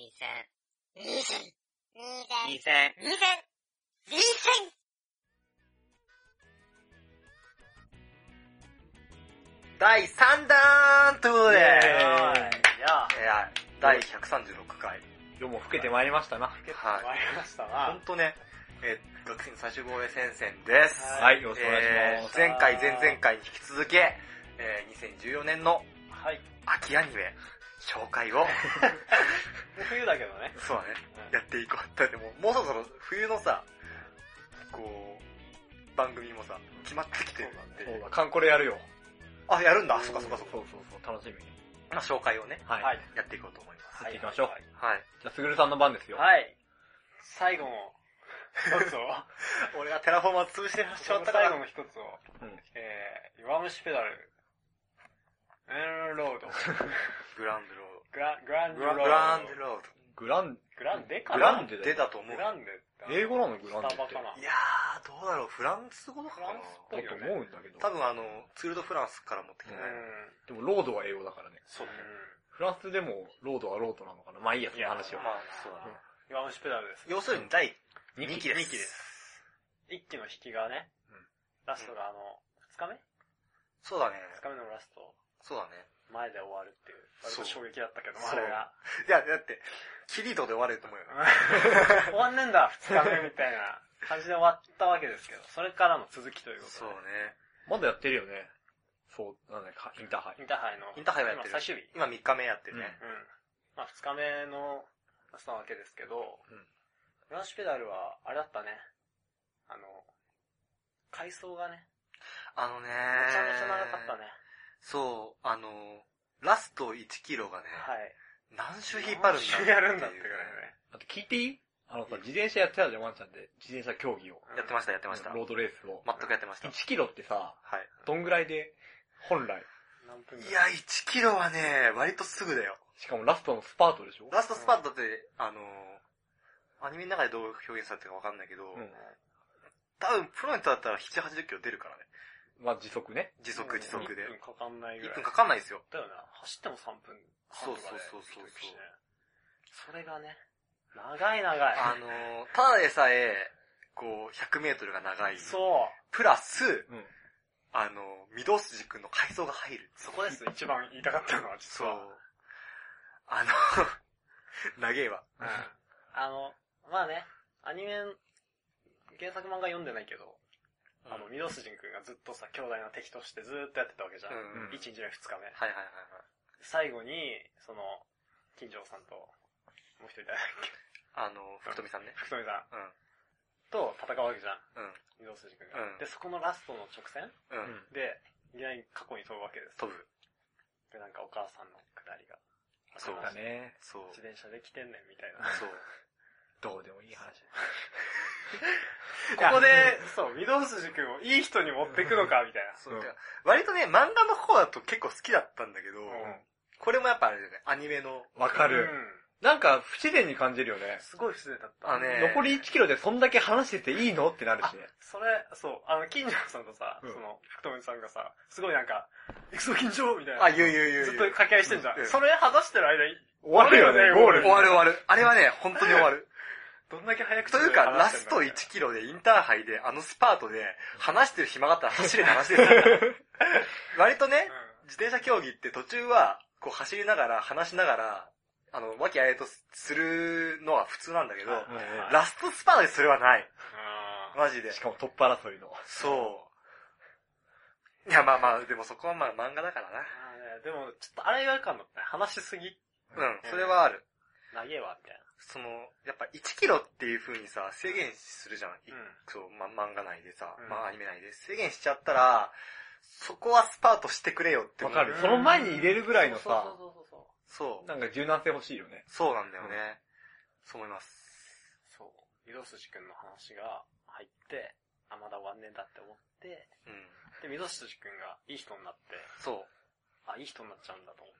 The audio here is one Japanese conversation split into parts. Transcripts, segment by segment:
第3弾ということで、第136回。 夜も更けてまいりましたな。 はい。 参りましたな。 ほんとね、学生の最終防衛戦線です。 はい、よろしくお願いします。 前回、前々回に引き続き、2014年の秋アニメ紹介を、 もう冬だけどね。 そうだね、やっていこう。だってもうそろそろ冬のさ、こう、番組もさ、決まってきてるなんで。 そうだ、カンコレやるよ。 あ、やるんだ。そっか。 そう、楽しみに。 まあ、紹介をね、 はい。 やっていこうと思います。 やっていきましょう。 はい。 じゃあ、すぐるさんの番ですよ。 はい。最後の一つを。 俺がテラフォーマー潰してしまったから。 最後の一つを。弱虫ペダル。エンロード。 グランドロード。 グランドロード。 グランドロード。 グランデかな。 グランデ出たと思う。 グランデ。 英語なのグランデって。 スタバかな。 いやー、どうだろう、フランス語とかかな。 フランスっぽいよね。 だと思うんだけど。 多分ツールドフランスから持ってきてない。 でも、ロードは英語だからね。 そうね。 フランスでも、ロードはロードなのかな。まあいいや、その話は。 まあ、そうだね。 弱虫ペダルです。 要するに第2期です。 2期です。1期の引きがね、ラストが2日目そうだね。 2日目のラスト。 そうだね。 前で終わるっていう。割と衝撃だったけど、 そうあれが。 いや、だって、キリトで終わると思うよ。 終わんねんだ、2日目みたいな感じで終わったわけですけど、それからの続きということで。 そうね。 まだやってるよね。そう、なんだか、インターハイ。 インターハイの。 インターハイはやってる。 今最終日。 今3日目やってるね。 まあ2日目のラストなわけですけど、フランシュペダルは、あれだったね。回想がね。めちゃめちゃ長かったね。 そう、ラスト1キロがね、 はい。 何周引っ張るんだっていう。 何周やるんだってぐらいね。 あと聞いていい自転車やってたじゃん、ワンちゃんで。自転車競技を。 やってました。 ロードレースを。 全くやってました。 1キロってさ、 はい。 どんぐらいで、本来。 何分いや、1キロはね、割とすぐだよ。 しかもラストのスパートでしょ。 ラストスパートって、アニメの中でどう表現されてるかわかんないけど、多分プロの人だったら7、80キロ出るからね。 まあ時速ね。 時速で。 1分かかんないぐらい。 1分かかんないですよ。 だよね。走っても3分半とかで。 そう。 それがね、長い。 ただでさえ、こう、100メートルが長い。 そう。 プラス、御堂筋くんの階層が入る。 そこです、一番言いたかったのは、実は。 そう。長えわ。 まあね、アニメ、原作漫画読んでないけど、御堂筋くんがずっとさ、兄弟の敵としてずーっとやってたわけじゃん。1日目2日目。 はい。 最後に、金城さんと、もう一人誰だっけ福富さんね。 福富さん。と戦うわけじゃん。御堂筋くんが。で、そこのラストの直線で、いきなり過去に飛ぶわけです。 飛ぶ。 で、なんかお母さんのくだりが。 そうだね。 そう。 自転車で来てんねんみたいな。 そう。 どうでもいい話。 ここで、そう、御堂筋くんをいい人に持ってくのか、みたいな。 そう。割とね、漫画の方だと結構好きだったんだけど、これもやっぱあれだよね、アニメの。 わかる。なんか不自然に感じるよね。 すごい不自然だった。 残り1キロでそんだけ話してていいのってなるしね。 それ、そう、金城さんとさ、福富さんがさ、すごいなんか、行くぞ緊張みたいな。 言う。 ずっと掛け合いしてんじゃん。それ話してる間に、 終わるよね、ゴール。 終わる。あれはね、本当に終わる。 どんだけ早くというか、ラスト1キロでインターハイで、スパートで、話してる暇があったら走れって話ですよ。割とね、自転車競技って途中は、こう走りながら、話しながら、和気あいあいとするのは普通なんだけど、ラストスパートでそれはない。マジで。 しかもトップ争いの。 そう。いや、まあ、でもそこはまあ漫画だからな。 でも、ちょっとあれ違和感だったね。話しすぎ。 それはある。 長えわ、みたいな。 やっぱ1キロっていう風にさ、制限するじゃん。そう、漫画内でさ、アニメ内で制限しちゃったら、そこはスパートしてくれよってわかる。その前に入れるぐらいのさ、 そう。 なんか柔軟性欲しいよね。 そうなんだよね。そう思います。 そう。御堂筋くんの話が入って、まだ終わんねえんだって思って、で、御堂筋くんがいい人になって、 そう。 いい人になっちゃうんだと思って、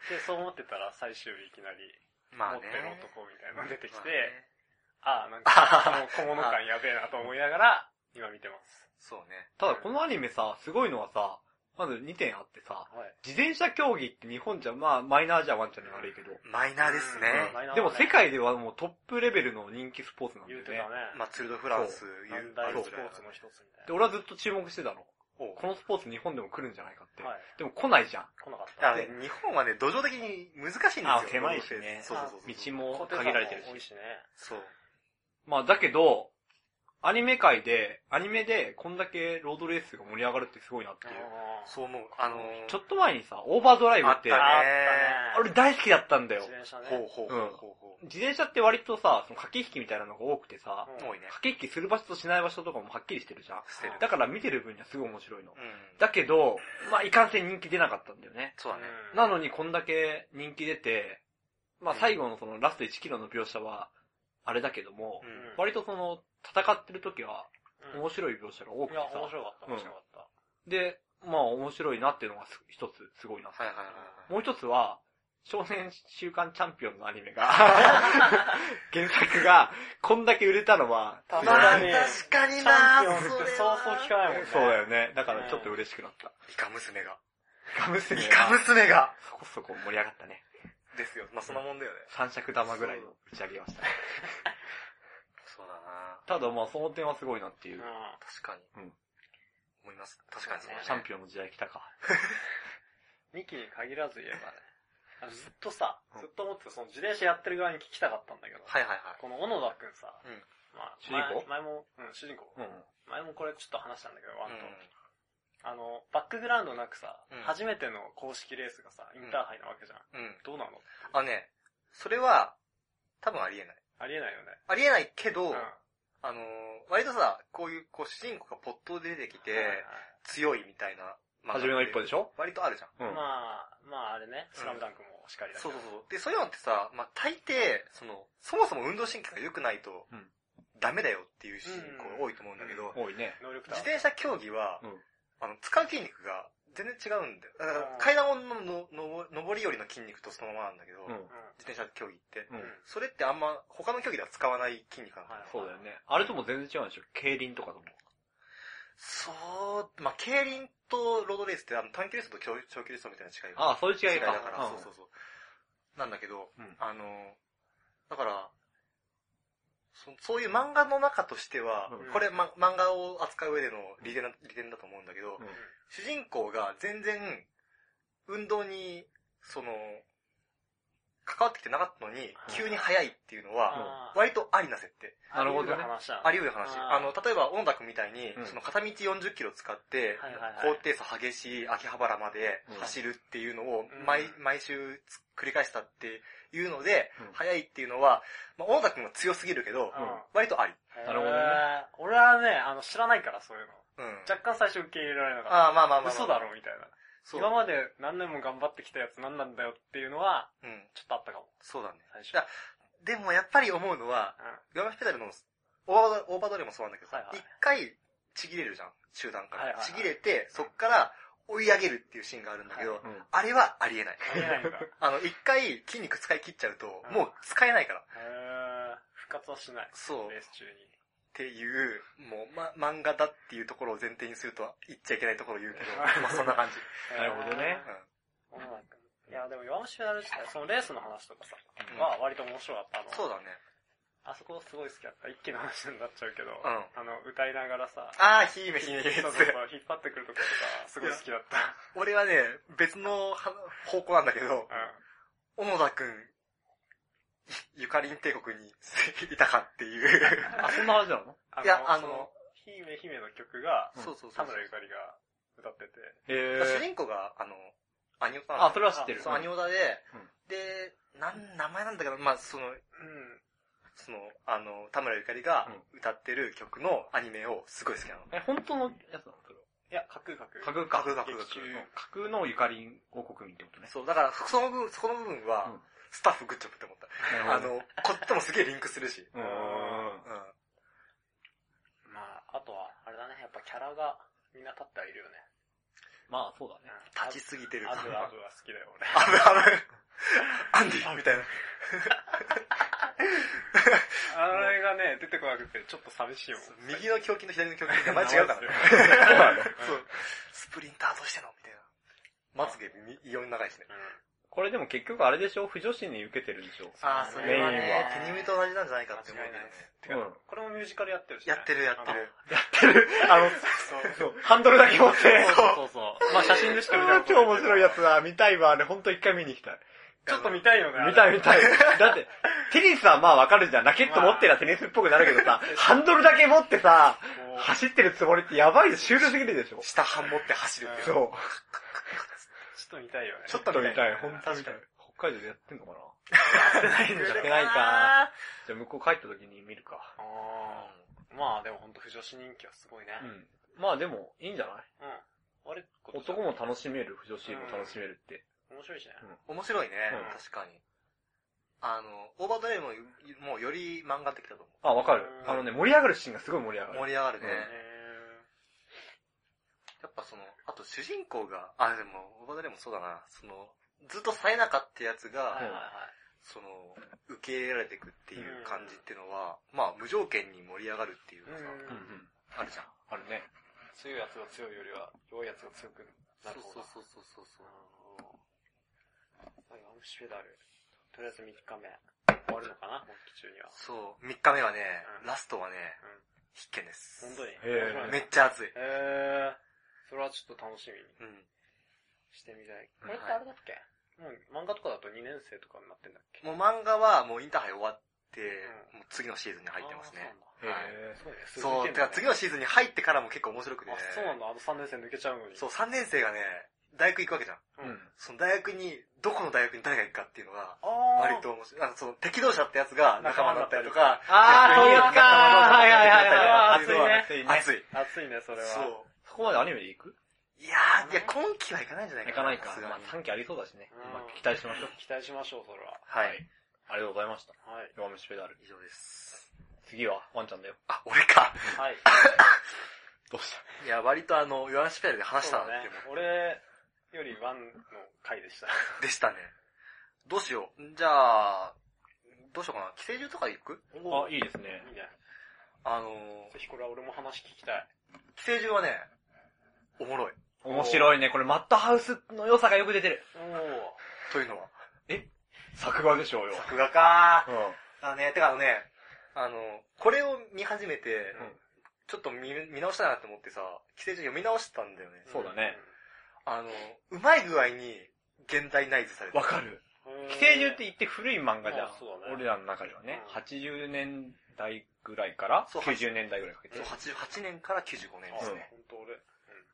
で、そう思ってたら最終日いきなり、持ってる男みたいなの出てきて、なんか、小物感やべえなと思いながら、今見てます。 そうね。 ただこのアニメさ、すごいのはさ、 まず2点あってさ、 はい。 自転車競技って日本じゃ、まあマイナーじゃワンちゃんに悪いけど、 マイナーですね。 でも世界ではもうトップレベルの人気スポーツなんだよね。 言うてたね。 まあ、ツールドフランス三大スポーツの一つみたいで、俺はずっと注目してたの。 おうこのスポーツ日本でも来るんじゃないかって。 はい。 でも来ないじゃん。 来なかった。 日本はね、土壌的に難しいんですよ。 あ狭いしねそうそうそうそう。 道も限られてるし。 多いしね。 そう。 まあだけど、アニメでこんだけロードレースが盛り上がるってすごいなっていう。 そう思う。 ちょっと前にさ、オーバードライブって、 あったね俺大好きだったんだよ。 自転車ね。 ほうほうほうほう。 自転車って割とさ、その駆け引きみたいなのが多くてさ、 うん多いね。 駆け引きする場所としない場所とかもはっきりしてるじゃん。 してる。 だから見てる分にはすごい面白いの。 うん。 だけど、まあいかんせん人気出なかったんだよね。 そうだね。 なのにこんだけ人気出て、まあ最後のそのラスト1キロの描写は、あれだけども、 うん割とその、戦ってる時はうん面白い描写が多くいや、 てさ、 面白かった、面白かった。 で、まあ面白いなっていうのが一つすごいな。 はいはいはいはい。 もう一つは、少年週刊チャンピオンのアニメが、原作がこんだけ売れたのは、 確まあ、 かに確かにチなャンピオンってそうそう聞かないもんね。 そうだよね。だからちょっと嬉しくなった。 イカ娘が。 イカ娘イカが、 娘がそこそこ盛り上がったね。 ですよ。まあ、そんなもんだよね。 三尺玉ぐらいの打ち上げました。 そうだなただまあその点はすごいなっていう。 確かに。 うん思います。確かにそうだね。 チャンピオンの時代来たか。 ミキに限らず言えばね。ずっとさ、 うんずっと思ってた、その自転車やってる側に聞きたかったんだけど、 はいはいはい。 この小野田くんさ、 うんまあ、 主人公前も、主人公。 うん。 前もこれちょっと話したんだけど、ワンと。 うバックグラウンドなくさ、 うん初めての公式レースがさ、インターハイなわけじゃん。 ん。うん。 どうなのそれは、多分ありえない。 ありえないよね。 ありえないけど、 うん。 割とさ、こういう、主人公がポットで出てきて、強いみたいな。 初めの一歩でしょ割とあるじゃん。 うん。 まああれね、スラムダンクもしっかりだけど。 そうそうそう。で、そういうのってさ、まあ、大抵、そもそも運動神経が良くないとうん、 ダメだよっていう主人公が多いと思うんだけど、 多いね。 能力自転車競技は、 うん使う筋肉が全然違うんだよ。だから階段の上り下りの筋肉とそのままなんだけど、 うん。 自転車競技って。 うん。 それってあんま他の競技では使わない筋肉なんだよ。 そうだよね。あれとも全然違うんでしょ競輪とかとも。 そう、まあ、競輪とロードレースって短距離走と長距離走みたいな違いが。 ああ、そういう違いか。 だから、 うんそう。なんだけど、 うんだから、そういう漫画の中としては、 うんこれ、漫画を扱う上での利点だと思うんだけど、 うん主人公が全然、運動に、関わってきてなかったのに、急に速いっていうのは、割とありな設定。 なるほどねあり得る話。例えば、音楽みたいにうん、 片道40キロ使ってはいはいはい、 高低差激しい秋葉原まで走るっていうのを、毎週繰り返したっていうのでうん、 速いっていうのは、まあ、音楽も強すぎるけど、割とあり。 なるほどね俺はね、知らないからそういうの。 うん。 若干最初受け入れられなかった。 ああ、まあ。 嘘だろみたいな。 そう。 今まで何年も頑張ってきたやつ何なんだよっていうのは、 うん。 ちょっとあったかも。 そうだね。 最初。 でもやっぱり思うのは、 うガマフペダルのオーバードレもそうなんだけどはいはい一回ちぎれるじゃん、集団から。 はいはいはいちぎれて、そっから追い上げるっていうシーンがあるんだけど、 うんあれはありえない。 ありえないんだ。 一回筋肉使い切っちゃうと、 うんもう使えないから。 復活はしない。 そう。っレース中に。 ていう、もう、漫画だっていうところを前提にすると言っちゃいけないところを言うけど、まあそんな感じ。 なるほどねうん。 いや、でも弱虫ペダル自体、そのレースの話とかさ、 うんは割と面白かった。 そうだね。 あそこすごい好きだった。一気の話になっちゃうけど、 ん歌いながらさ、 あー、ひめひめそうそうそう、引っ張ってくるところとか、すごい好きだった。 俺はね、別の方向なんだけど、小野田くん、ゆかりん帝国にいたかっていう。 あ、そんな話なのいや姫の曲が、 そう田村ゆかりが歌ってて、 主人公が、アニオタなんだあ、それは知ってる。 そう、アニオタでうん、 で、名前なんだけど、まあ、田村ゆかりが歌ってる曲のアニメをすごい好きなの。 本当のやつなのそれは。 いや、架空。 架空か。 架空劇中架空のゆかりん王国民ってことね。 そう、だから、そこの部分は、 うんスタッフグッジョブって思った。 なるほどこっちともすげえリンクするし。 うん。 まあ、あとは、あれだね、やっぱキャラがみんな立ってはいるよね。 まあ、そうだね。 立ちすぎてる。 アブは好きだよ、俺。 アンディみたいな。 あれがね、出てこなくて、ちょっと寂しいもん。 右の胸筋と左の胸筋が間違うからね。そう。スプリンターとしての、みたいまつげ異様に長いしね。 これでも結局あれでしょ、不女子に受けてるんでしょ。 ああ、それはメインね、 はテニムと同じなんじゃないかって思うけどね。 てか、これもミュージカルやってるしね。 やってる。 やってる。そう、ハンドルだけ持って。 そう。まあ写真でしか見たこと超面白いやつだ。見たいわ。ね、ほんと一回見に行きたい。 ちょっと見たいよね。 見たい。だって、テニスはまあわかるじゃん。ラケット持ってりゃテニスっぽくなるけどさ、ハンドルだけ持ってさ、走ってるつもりってやばいで、シュールすぎるでしょ。 下半持って走るっていう。 そう。 ちょっと見たいよね。 ちょっと見たい。 ほんと見たい。北海道でやってんのかな。 やってないんだ。 やってないか。じゃあ向こう帰った時に見るか。 まあでもほんと不女子人気はすごいね。 まあでも、いいんじゃない？男も楽しめる、不女子も楽しめるって。 面白いしね。 面白いね、確かに。オーバードレイもうより漫画的だと思う。 あ、わかる。盛り上がるシーンがすごい盛り上がる。 盛り上がるね。やっぱあと主人公が、でも、オーバードレイもそうだな、ずっと冴えなかったやつが、受け入れられていくっていう感じっていうのは、まあ、無条件に盛り上がるっていうのが、あるじゃん。 あるね。 強いやつが強いよりは、弱いやつが強くなる方が。 そう。 弱虫ペダル。とりあえず3日目。終わるのかな本気中には。 そう、3日目はね、ラストはね、必見です。 本当にめっちゃ熱い。 それはちょっと楽しみにしてみたい。これってあれだっけもう漫画とかだと2年生とかになってんだっけ？ もう漫画はもうインターハイ終わって、もう次のシーズンに入ってますね。そう、てか次のシーズンに入ってからも結構面白くて。 そうなんだ、3年生抜けちゃうのに。 そう、3年生がね、大学行くわけじゃん。その大学に、どこの大学に誰が行くかっていうのが、割と面白い。敵同士だったやつが仲間だったりとか、 そういうやつか熱いね。熱いね、それは。 そう。 そこまでアニメで行く？ いや、今期はいかないんじゃないかな。 行かないか。まあ3期ありそうだしね。期待しましょう。 期待しましょう、それは。 はい。ありがとうございました。 はい。 弱虫ペダル。 以上です。 次は、ワンちゃんだよ。 俺か。 はい。 どうした？ いや、割と弱虫ペダルで話したなって思う。俺よりワンの回でした。 でしたね。どうしよう。じゃあ、どうしようかな。寄生獣とか行く？ いいですね。 いいね。ぜひこれは俺も話聞きたい。 寄生獣はね、おもろい。 面白いね。これマッドハウスの良さがよく出てる。 というのは作画でしょうよ。 作画かてかこれを見始めて、ちょっと見直したいなって思ってさ、寄生獣読み直したんだよね。 そうだね。 うまい具合に現代ナイズされてる。 わかる。寄生獣って言って古い漫画じゃん。俺らの中ではね。80年代ぐらいから90年代ぐらいかけて。 そう、88年から95年ですね。 本当俺。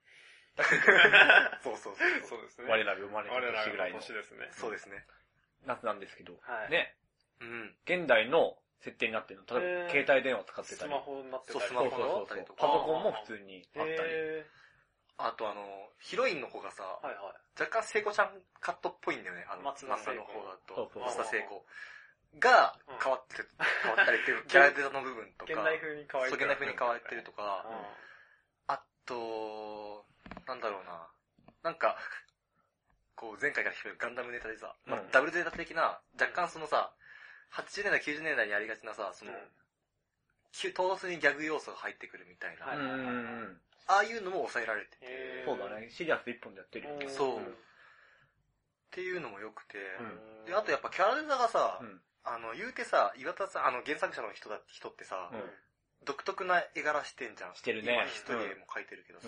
そうですね。 我らが生まれた年ぐらいの。 年ですね。 そうですね。 夏なんですけど。ね。 現代の設定になってるの。例えば携帯電話使ってたり。 スマホになってたり。 スマホになったりとか。 パソコンも普通にあったり。 あとヒロインの子がさ、若干聖子ちゃんカットっぽいんだよね。松田の方だと。松田聖子が変わったりっていう、キャラデザの部分とか。 現代風に変わってるとか。あと、なんだろうな。なんか、前回から聞くガンダムネタでさ、ダブルデータ的な、若干80年代、90年代にありがちなさ、唐突にギャグ要素が入ってくるみたいな。ああいうのも抑えられてて。 そうだね。シリアス一本でやってるよね。 そう。っていうのも良くて。で、あとやっぱキャラデザがさ、言うてさ、岩田さん、原作者の人ってさ、独特な絵柄してんじゃん。 してるね。 一人絵も描いてるけどさ、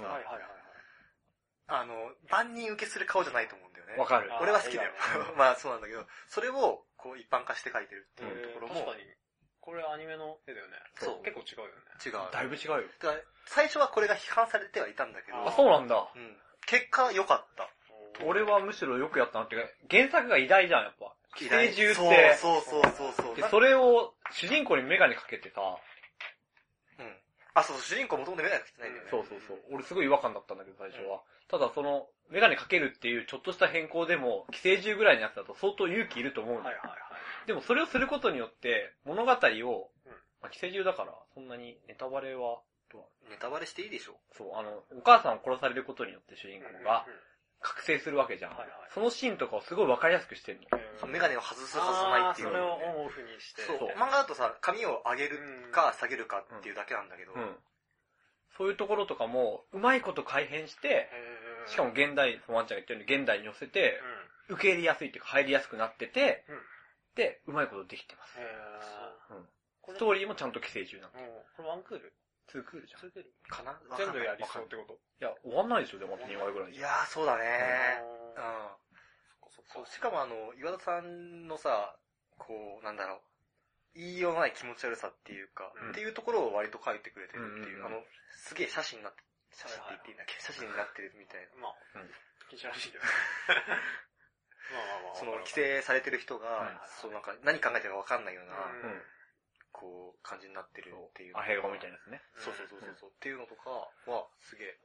万人受けする顔じゃないと思うんだよね。 わかる。 俺は好きだよ。まあそうなんだけど、それを一般化して描いてるっていうところも。 確かに。これアニメの絵だよね。そう。結構違うよね。 違う。 だいぶ違うよ。 だから最初はこれが批判されてはいたんだけど。 そうなんだ。 結果良かった。 俺はむしろ良くやったなっていうか、原作が偉大じゃん、やっぱ。寄生獣って。 そう。 で、それを主人公にメガネかけてさ、 そう、主人公もともとメガネかけてないんだよね。 そう。俺すごい違和感だったんだけど、最初は。ただメガネかけるっていうちょっとした変更でも、寄生獣ぐらいのやつだと相当勇気いると思うの。でもそれをすることによって、物語を、寄生獣だから、そんなにネタバレは、 ネタバレしていいでしょ？ そう、お母さんを殺されることによって主人公が、覚醒するわけじゃん。そのシーンとかをすごいわかりやすくしてるの。 メガネを外すはずないっていう。 それをオンオフにして。 そう。漫画だとさ、髪を上げるか下げるかっていうだけなんだけど。 そういうところとかも、うまいこと改変して、 しかも現代、ワンちゃんが言ったように現代に寄せて、受け入れやすいっていうか入りやすくなってて、で、うまいことできてます。ストーリーもちゃんと寄生獣なんで。 これワンクール 2クールじゃん。 2クールかな全部やりそうってこと？ いや、終わんないでしょ、でも2話ぐらい。 いやー、そうだね。そう。しかも岩田さんのさ、こう、なんだろう。言いようのない気持ち悪さっていうか、っていうところを割と書いてくれてるっていう、すげえ写真になって、写真って言っていいんだっけ？写真になってるみたいな。 まあ、気持ち悪いけど。 その、規制されてる人が、そうなんか、何考えてるかわかんないような、こう、感じになってるっていう。 アヘゴみたいなやつね。 そうっていうのとかは、すげえ、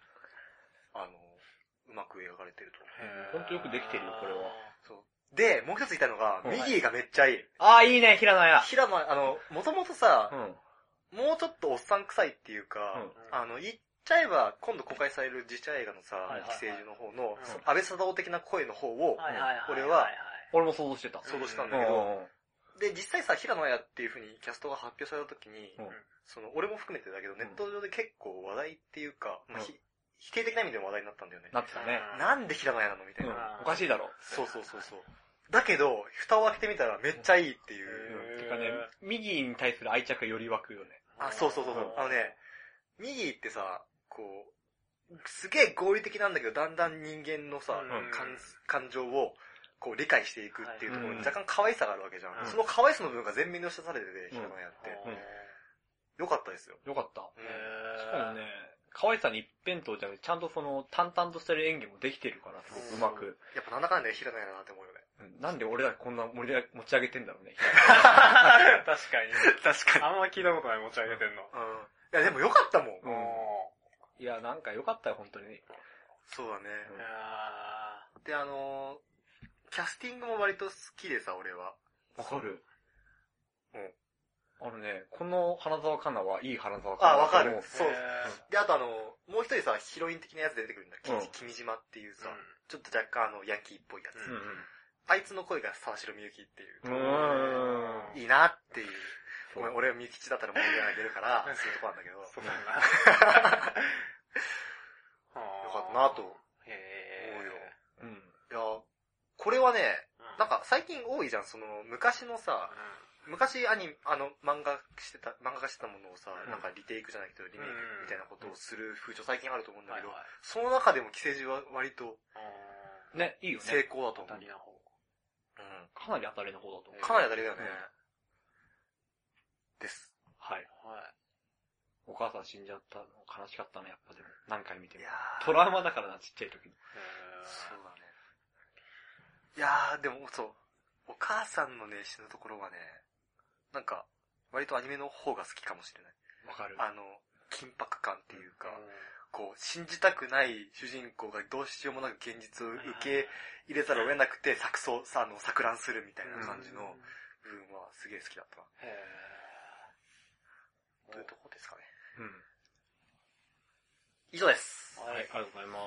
うまく描かれてると。 ほんとよくできてるよ、これは。 そう。で、もう一つ言いたいのが、ミギーがめっちゃいい。 ああ、いいね、平野屋。 平野、もともとさ、もうちょっとおっさん臭いっていうか、言っちゃえば、今度公開される実写映画のさ、寄生獣の方の、安倍貞夫的な声の方を、俺も想像してた。 想像したんだけど、で、実際さ、平野綾っていう風にキャストが発表された時に、俺も含めてだけど、ネット上で結構話題っていうか、否定的な意味でも話題になったんだよね。 なってたね。 なんで平野綾なのみたいな。 おかしいだろ。 そう。だけど、蓋を開けてみたらめっちゃいいっていう。 てかね、ミギーに対する愛着がより湧くよね。 そう。ミギーってさ、こう、すげえ合理的なんだけど、だんだん人間のさ、感情を、こう理解していくっていうところに若干可愛さがあるわけじゃん。その可愛さの部分が全面に押し出されてて、平野綾って。よかったですよ。 よかった。しかもね、可愛さに一辺倒じゃなくて、ちゃんとその、淡々としてる演技もできてるから、すごくうまく。 やっぱなんだかんだ平野綾だなって思うよね。 なんで俺らこんな持ち上げてんだろうね。 確かに。あんま聞いたことない持ち上げてんの。 いやでもよかったもん。 いや、なんかよかったよ、本当に。 そうだね。で、キャスティングも割と好きでさ、俺は。 わかる。この花澤香菜はいい花澤香菜。 わかる。そう。で、あともう一人さ、ヒロイン的なやつ出てくるんだ。君島っていうさ、ちょっと若干ヤンキーっぽいやつ。あいつの声が沢城みゆきっていう。いいなっていう。ごめん、俺はみゆきちだったらもうぐらい出るから、そういうとこなんだけど。そうなんだ。よかったなと思うよ。いや、これはね、なんか最近多いじゃん、その昔のさ、昔漫画化してたものをさ、なんかリテイクじゃないけどリメイクみたいなことをする風潮最近あると思うんだけど、その中でも寄生獣は割と、 ね、いいよね。 成功だと思う。 かなり当たりの方だと思う。 かなり当たりだよね。です。 はい。お母さん死んじゃったの悲しかったね、やっぱでも。何回見ても。トラウマだからな、ちっちゃい時に。 そうだね。いやー、でもそう、お母さんのね、死ぬところはね、なんか、割とアニメの方が好きかもしれない。 わかる。 緊迫感っていうか、こう、信じたくない主人公がどうしようもなく現実を受け入れざるを得なくて、錯乱するみたいな感じの部分はすげえ好きだったな。というとこですかね。以上です。 はい、ありがとうございます。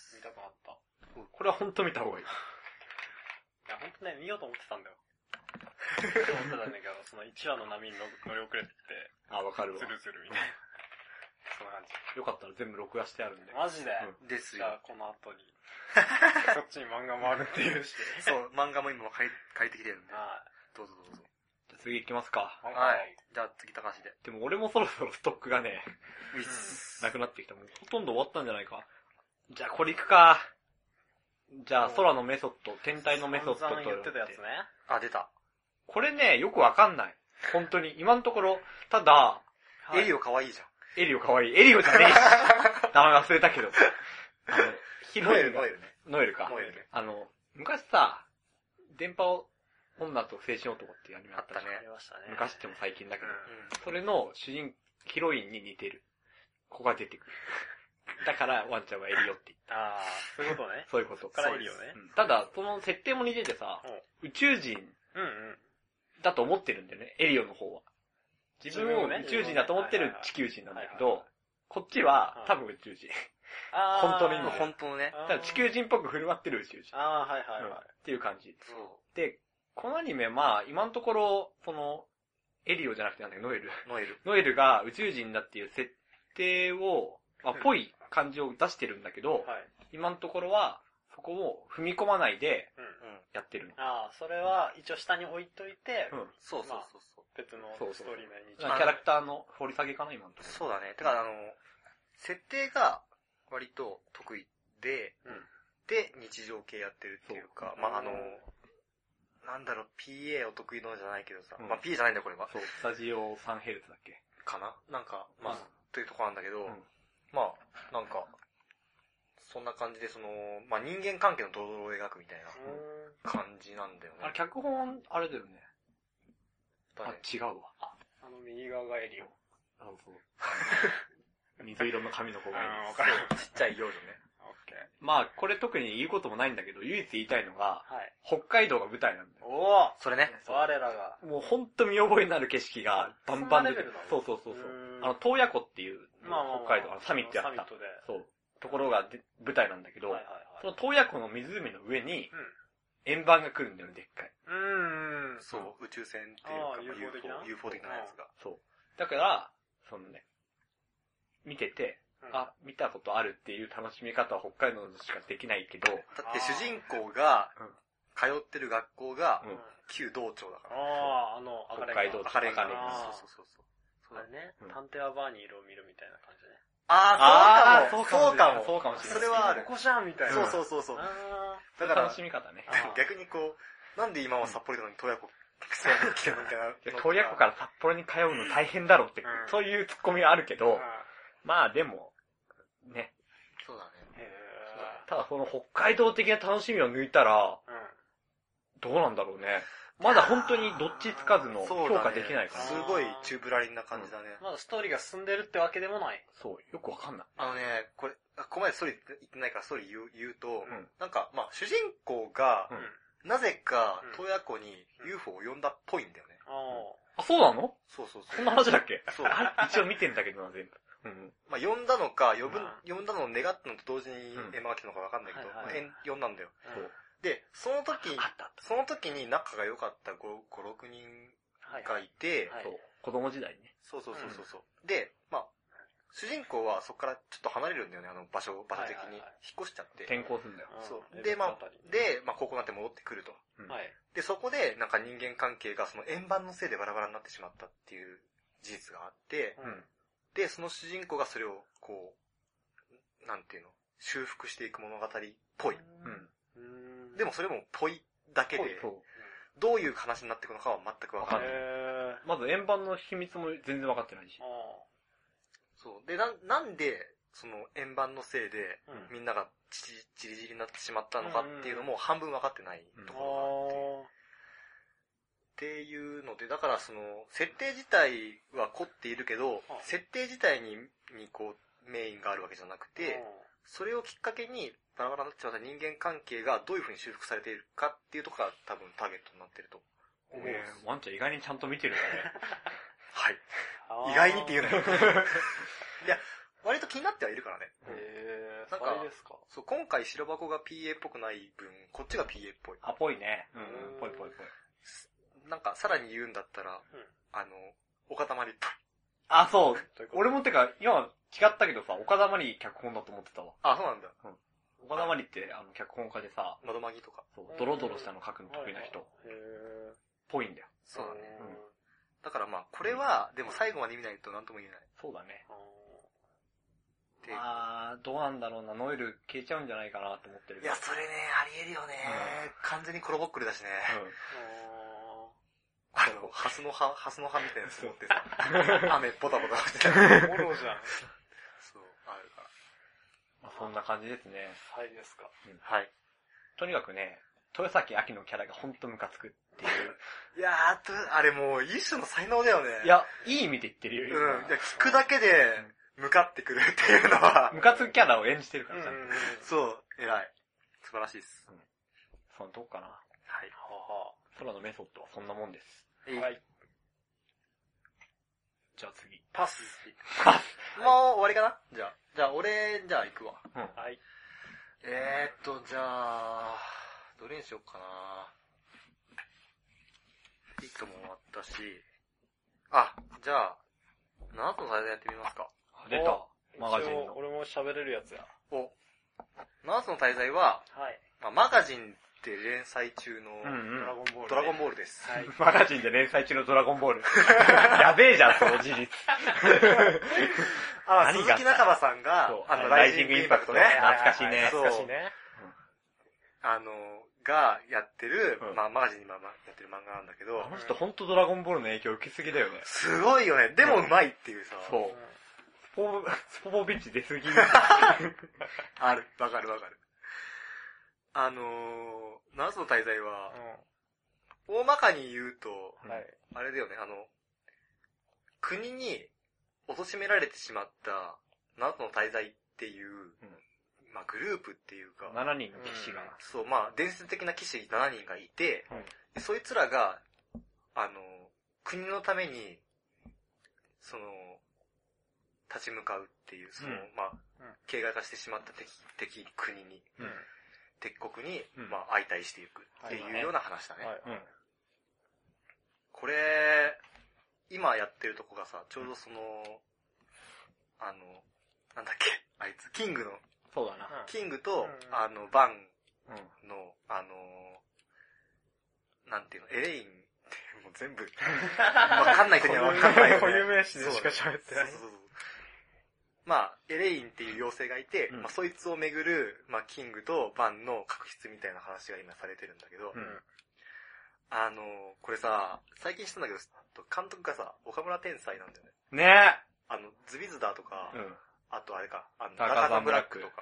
すごい。見たくなった。 これは本当見た方がいい。いや、本当ね、見ようと思ってたんだよ。思ってたんだけど、その1話の波に乗り遅れてて、 わかるわ。 ズルズルみたいな。そんな感じ。 よかったら全部録画してあるんで。 マジでですよ。 じゃあ、この後に。そっちに漫画もあるっていうし。 そう、漫画も今借りてきてるんで。どうぞ。 じゃあ次行きますか。 はい。じゃあ次高橋で。 でも俺もそろそろストックがね、なくなってきた。もうほとんど終わったんじゃないか。じゃあこれ行くか。じゃあ空のメソッド、天体のメソッドと言ってたやつね。 出た。 これね、よくわかんない。本当に。今のところ、ただ、 エリオ可愛いじゃん。 エリオ可愛い。エリオじゃねえし。名前忘れたけど。 ノエルね。 ノエルか。昔さ、電波女と青春男っていうアニメあったね。昔っても最近だけど。それのヒロインに似てる子が出てくる。だからワンちゃんはエリオって言った。 そういうことね。 そういうこと。 からエリオね。 ただ、その設定も似ててさ、宇宙人だと思ってるんだよね、エリオの方は。自分を宇宙人だと思ってる地球人なんだけど、こっちは多分宇宙人。本当の意味で。 本当のね。 ただ地球人っぽく振る舞ってる宇宙人。っていう感じ。で、このアニメ今のところ、エリオじゃなくてなんだっけ、ノエルが宇宙人だっていう設定を、 まあ、ぽい感じを出してるんだけど、今のところは、そこを踏み込まないで、やってるの。 ああ、それは一応下に置いといて、 そうそうそう。 別のストーリー面に。 キャラクターの掘り下げかな、今のところ。 そうだね。だから設定が割と得意で、で、日常系やってるっていうか、まあなんだろう、PA お得意のじゃないけどさ、まあ PA じゃないんだよ、これは。 そう、スタジオ 3Hz だっけかななんか、まあ、というとこなんだけど、まあ、なんか、そんな感じで、まあ人間関係のドロドロを描くみたいな感じなんだよね。 あれ、脚本、あれだよね。あ、違うわ。 右側がエリオ。 そう。水色の髪の子がいる。 ちっちゃい幼女ね。 まあ、これ特に言うこともないんだけど、唯一言いたいのが、北海道が舞台なんだよ。 おおそれね。 我らが。 もうほんと見覚えになる景色がバンバン出てる。そう。洞爺湖っていう、北海道、サミットやった。そう。ところが舞台なんだけど、その洞爺湖の湖の上に、円盤が来るんだよね、でっかい。 そう、宇宙船っていうか、UFO 的なやつが。 そう。だから、見てて、見たことあるっていう楽しみ方は北海道でしかできないけど。だって主人公が、通ってる学校が、旧道庁だから。 北海道赤レンガ。そう。 あれね、探偵はバーに色を見るみたいな感じね。 そうかも。 そうかもしれない。 それはある。 ここじゃんみたいな。 そう。 だから楽しみ方ね。 逆になんで今は札幌なのに洞爺湖来てるのみたいな。 洞爺湖から札幌に通うの大変だろうって、そういうツッコミはあるけど、まあでも、ね。 そうだね。 ただその北海道的な楽しみを抜いたら、どうなんだろうね。まだ本当にどっちつかずの評価できないから。 すごいチューブラリンな感じだね。 まだストーリーが進んでるってわけでもない。 そう、よくわかんない。 ここまでストーリー言ってないからストーリー言うと、なんか、まあ、主人公が、なぜか、洞爺湖に UFO を呼んだっぽいんだよね。 あ、そうなの？ そう。 そんな話だっけ？そう。一応見てんだけどな、全部。 まあ、呼んだのか、呼んだのを願ったのと同時にエマが来たのかわかんないけど、呼んだんだよ。で、その時に仲が良かった5、6人がいて、 子供時代ね。 そう。で、まあ、主人公はそこからちょっと離れるんだよね、場所的に。引っ越しちゃって。 転校するんだよ。 そう。で、まあ、高校になって戻ってくると。で、そこで、なんか人間関係がその円盤のせいでバラバラになってしまったっていう事実があって、で、その主人公がそれを、なんていうの、修復していく物語っぽい。でもそれもぽいだけで、どういう話になっていくのかは全くわかんない。 まず円盤の秘密も全然わかってないし。 そう。で、なんで、その円盤のせいで、みんながチリチリになってしまったのかっていうのも半分わかってないところがあって。っていうので、だから設定自体は凝っているけど、設定自体にメインがあるわけじゃなくて、それをきっかけにバラバラになってしまった人間関係がどういう風に修復されているかっていうところが多分ターゲットになっていると思う。 ワンちゃん意外にちゃんと見てるんだね。 はい。意外にって言うのよ。いや、割と気になってはいるからね。 なんか、 そう、今回白箱が PA っぽくない分、こっちが PA っぽい。 ぽいね。ぽい。 なんか、さらに言うんだったら、岡田まりっぽい。 あ、そう。俺も今、違ったけどさ、岡田まり脚本だと思ってたわ。 あ、そうなんだ。 岡田まりって脚本家でさ、 窓マギとか。 そう、ドロドロしたの書くの得意な人。ぽいんだよ。 そうだね。だからまあ、これは、でも最後まで見ないと何とも言えない。 そうだね。どうなんだろうな、ノエル消えちゃうんじゃないかなと思ってるけど。 いや、それね、あり得るよね。完全にコロボックルだしね。ハスの葉みたいなやつ持ってさ、雨ポタポタしてた。 モロじゃん。 そう、あるから。そんな感じですね。 はいですか。 はい。 とにかくね、豊崎亜希のキャラがほんとムカつくっていう。 いやあれもう一種の才能だよね。 いや、いい意味で言ってるよ。 いや、聞くだけで、向かってくるっていうのは。 ムカつくキャラを演じてるからちゃんと。 そう、偉い。素晴らしいです。 そのとこかな。 はい。 空のメソッドはそんなもんです。 はい。 じゃあ次。 パス。もう終わりかな？じゃあ俺、行くわ。 はい。 じゃあ、どれにしようかな。いつも終わったし。じゃあ、7つの最大やってみますか。 出た。 マガジンの。 俺も喋れるやつや。 お。7つの大罪は、 はい。 まあ、マガジンって連載中のドラゴンボールです。 はい。 マガジンで連載中のドラゴンボール。やべえじゃん、その事実。 鈴木中葉さんが、ライジングインパクトね。 懐かしいね。 懐かしいね。 がやってる、まあマガジンにやってる漫画なんだけど、 あの人ほんとドラゴンボールの影響受けすぎだよね。 すごいよね。でもうまいっていうさ。 そう。スポビッチ出すぎ。 ある。わかる。7つの大罪は、大まかに言うと、あれだよね、国に貶められてしまった7つの大罪っていう、まあグループっていうか、 7人の騎士が。 そう、まあ伝説的な騎士7人がいて、そいつらが、国のために、立ち向かうっていう、まあ、形骸化してしまった敵国に、敵国に、まあ、相対していくっていうような話だね。これ、今やってるとこがさ、ちょうどなんだっけ、あいつ、キングの、 そうだな。 キングと、バンの、なんていうの、エレインって、もう全部、わかんない人にはわかんないよね。 固有名詞でしか喋ってない。 そう。まあ、エレインっていう妖精がいて、まあ、そいつをめぐる、まあ、キングとバンの確執みたいな話が今されてるんだけど、これさ、最近知ったんだけど、監督がさ、岡村天才なんだよね。 ねえ。 ズビズダーとか、あとあれか、 ダーカザンブラックとか。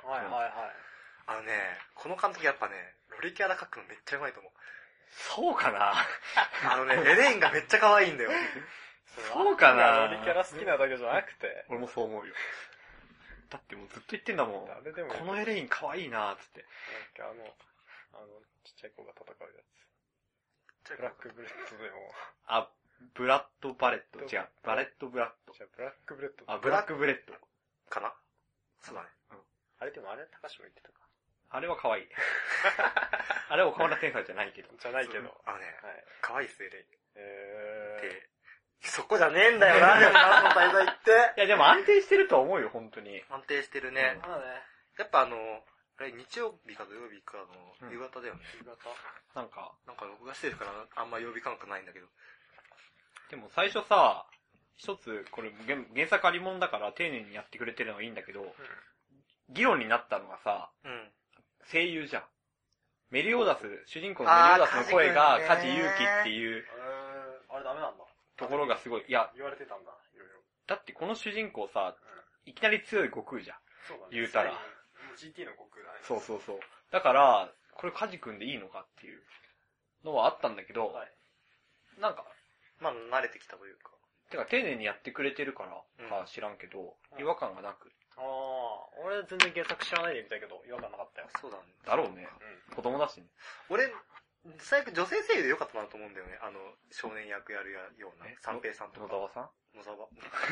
この監督やっぱね、ロリキャラ描くのめっちゃうまいと思う。 そうかなエレインがめっちゃ可愛いんだよ。 そうかなロリキャラ好きなだけじゃなくて。 俺もそう思うよ。だってもうずっと言ってんだもん。このエレイン可愛いなーつって。 なんかちっちゃい子が戦うやつ。ブラックブレッドでも。 ブラッドバレット。違う。バレットブラッド。 ブラックブレッド。 ブラックブレッド。 かなそうだね。 あれでも高橋も言ってたか。 あれは可愛い。あれは岡村天才じゃないけど。 可愛いっす、エレイン。で、そこじゃねえんだよな、でも7つの大罪って。 いやでも安定してると思うよ、本当に。 安定してるね。やっぱあれ日曜日か土曜日かの夕方だよね。夕方なんか録画してるからあんま曜日感覚ないんだけど。 でも最初さ、一つ、これ原作ありもんだから丁寧にやってくれてるのはいいんだけど、議論になったのがさ、声優じゃん。メリオーダス、主人公のメリオーダスの声が梶裕貴っていう、 あれダメなんだ。 ところがすごい、いや、 言われてたんだ、いろいろ。 だってこの主人公さ、いきなり強い悟空じゃん。 そうだね。 言うたら。 GT の悟空だね。 そう。だから、これ梶君でいいのかっていうのはあったんだけど、なんか、 まあ慣れてきたというか。 てか丁寧にやってくれてるからか知らんけど、違和感がなく。 俺全然原作知らないで見たけど、違和感なかったよ。 そうだね。 だろうね。子供だしね。 俺、最悪女性声優でよかったなと思うんだよね。少年役やるような。三平さんとか。 野沢さん野沢。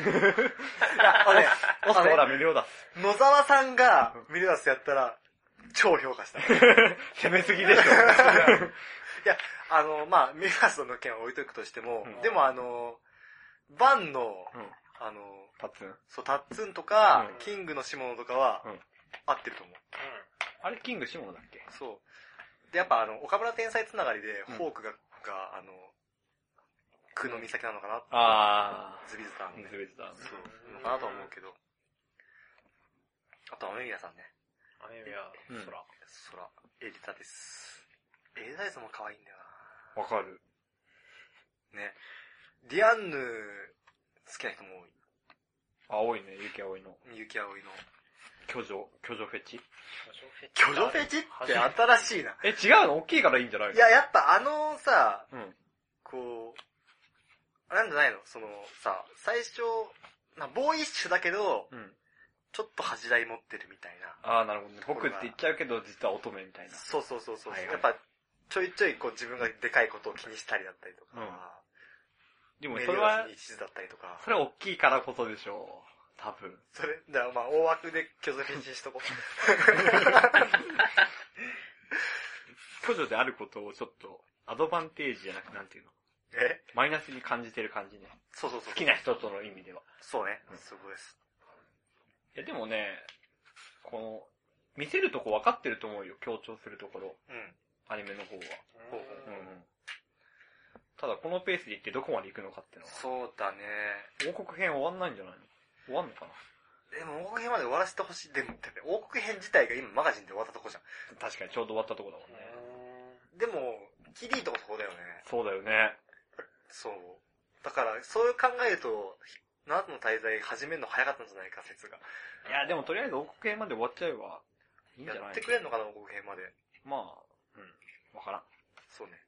ほら、メリオダス。 野沢さんがメリオダスやったら、超評価した。 攻めすぎでしょ。 いや、まあ、メリオダスの件は置いとくとしても、でもバンの、 タッツンそう、タッツンとか、キングのシモノとかは、合ってると思う。 あれ、キングシモノだっけ？ そう。で、やっぱ岡村天才つながりで、ホークが、久野美咲なのかなズビズターの。 ズビズター。 そう。のかなと思うけど。あと、アメリアさんね。 アメリア、 空。エリタです。エリタですも可愛いんだよな。わかる。 ね。ディアンヌ、好きな人も多い。多いね、ゆきあおいの。 ゆきあおいの。 巨女フェチ？ 巨女フェチって新しいな。 違うの？大きいからいいんじゃないの？ いや、やっぱさ、こう、なんじゃないのさ、最初、ボーイッシュだけど、ちょっと恥じらい持ってるみたいな。 なるほどね。僕って言っちゃうけど、実は乙女みたいな。 そう。やっぱ、ちょいちょい自分がでかいことを気にしたりだったりとか。 でもそれは、 一途だったりとか。 それ大きいからこそでしょう。多分。 それ、じゃあまあ大枠で巨女フェチしとこう。 巨女であることをちょっと、アドバンテージじゃなくなんていうの？マイナスに感じてる感じね。 そう。 好きな人との意味では。 そうね。そうです。 いやでもね、この、見せるとこ分かってると思うよ、強調するところ。 うん。 アニメの方は。 ほううん。ただこのペースで行ってどこまで行くのかっていうのは。 そうだね。 王国編終わんないんじゃないの？終わんのかな？ でも王国編まで終わらせてほしい。でも、王国編自体が今マガジンで終わったとこじゃん。 確かにちょうど終わったとこだもんね。 でも、キリいいとこそこだよね。 そうだよね。 そう。だから、そう考えると、7つの滞在始めるの早かったんじゃないか説が。 いや、でもとりあえず王国編まで終わっちゃえば、いいんじゃない？ やってくれんのかな、王国編まで。 まあ、わからん。 そうね。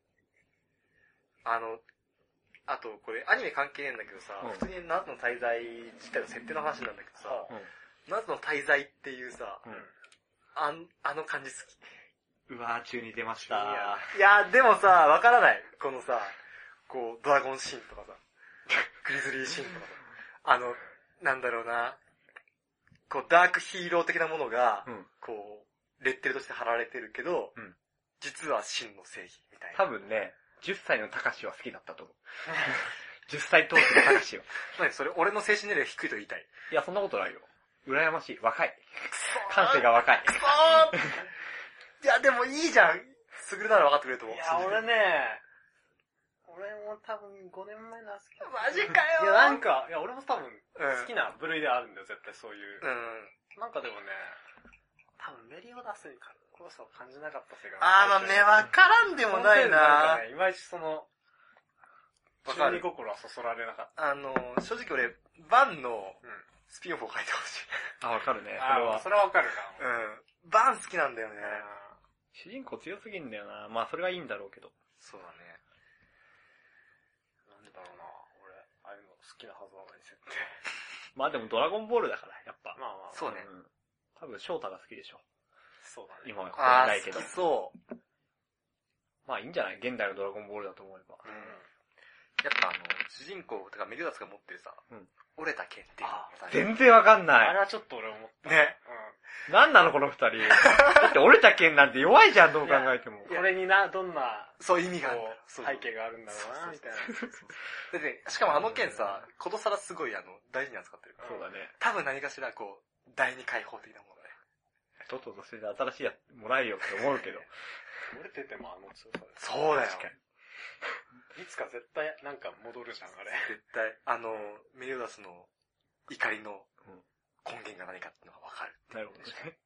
あと、これ、アニメ関係ねえんだけどさ、普通に7つの滞在自体の設定の話なんだけどさ、7つの滞在っていうさ、あの感じ好き。 うわー、中に出ました。 いや、でもさ、わからない。このさ、こう、ドラゴンシーンとかさ、グリズリーシーンとかさ、なんだろうな、こう、ダークヒーロー的なものが、こう、レッテルとして貼られてるけど、実は真の正義みたいな。 多分ね、10歳の高志は好きだったと思う。10歳当時の高志は。 何それ、俺の精神年齢低いと言いたい。 いや、そんなことないよ。羨ましい。若い。感性が若い。 いや、でもいいじゃん。すぐるなら分かってくれると思う。 いや、俺ね、俺も多分5年前の好きだ。 マジかよ。 いや、なんか、いや、俺も多分好きな部類であるんだよ、絶対そういう。なんかでもね、多分メリオダスにかっこよさを感じなかったせいか。 まあね、わからんでもないな。 いまいちその、中二心はそそられなかった。 正直俺、バンのスピンオフを書いてほしい。 あ、わかるね。 それはわかるな。バン好きなんだよね。 主人公強すぎんだよな。まあそれはいいんだろうけど。 そうだね。 なんでだろうな、俺、ああいうの好きなはずなのに設定。 まあでもドラゴンボールだから、やっぱ。 まあまあ。 そうね。 多分翔太が好きでしょ。 そうだね。 今はここにいないけど。 好きそう。 まあいいんじゃない？現代のドラゴンボールだと思えば。 やっぱ主人公、てかメリオダスが持ってるさ、折れた剣っていうの全然わかんない。 あれはちょっと俺思った。 ね。 なんなのこの二人。だって折れた剣なんて弱いじゃん、どう考えても。 これにどんな、 そう意味がある。 背景があるんだろうな、みたいな。 だってしかもあの剣さ、ことさらすごい大事に扱ってるから。 そうだね。 多分何かしらこう、第二解放的なものね。 とっととして新しいやつもらえよって思うけど。 折れてても強さです。 そうだよ。 いつか絶対なんか戻るじゃん、あれ。 絶対、メリオダスの怒りの根源が何かっていうのがわかる。 なるほどね。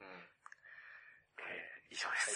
以上です。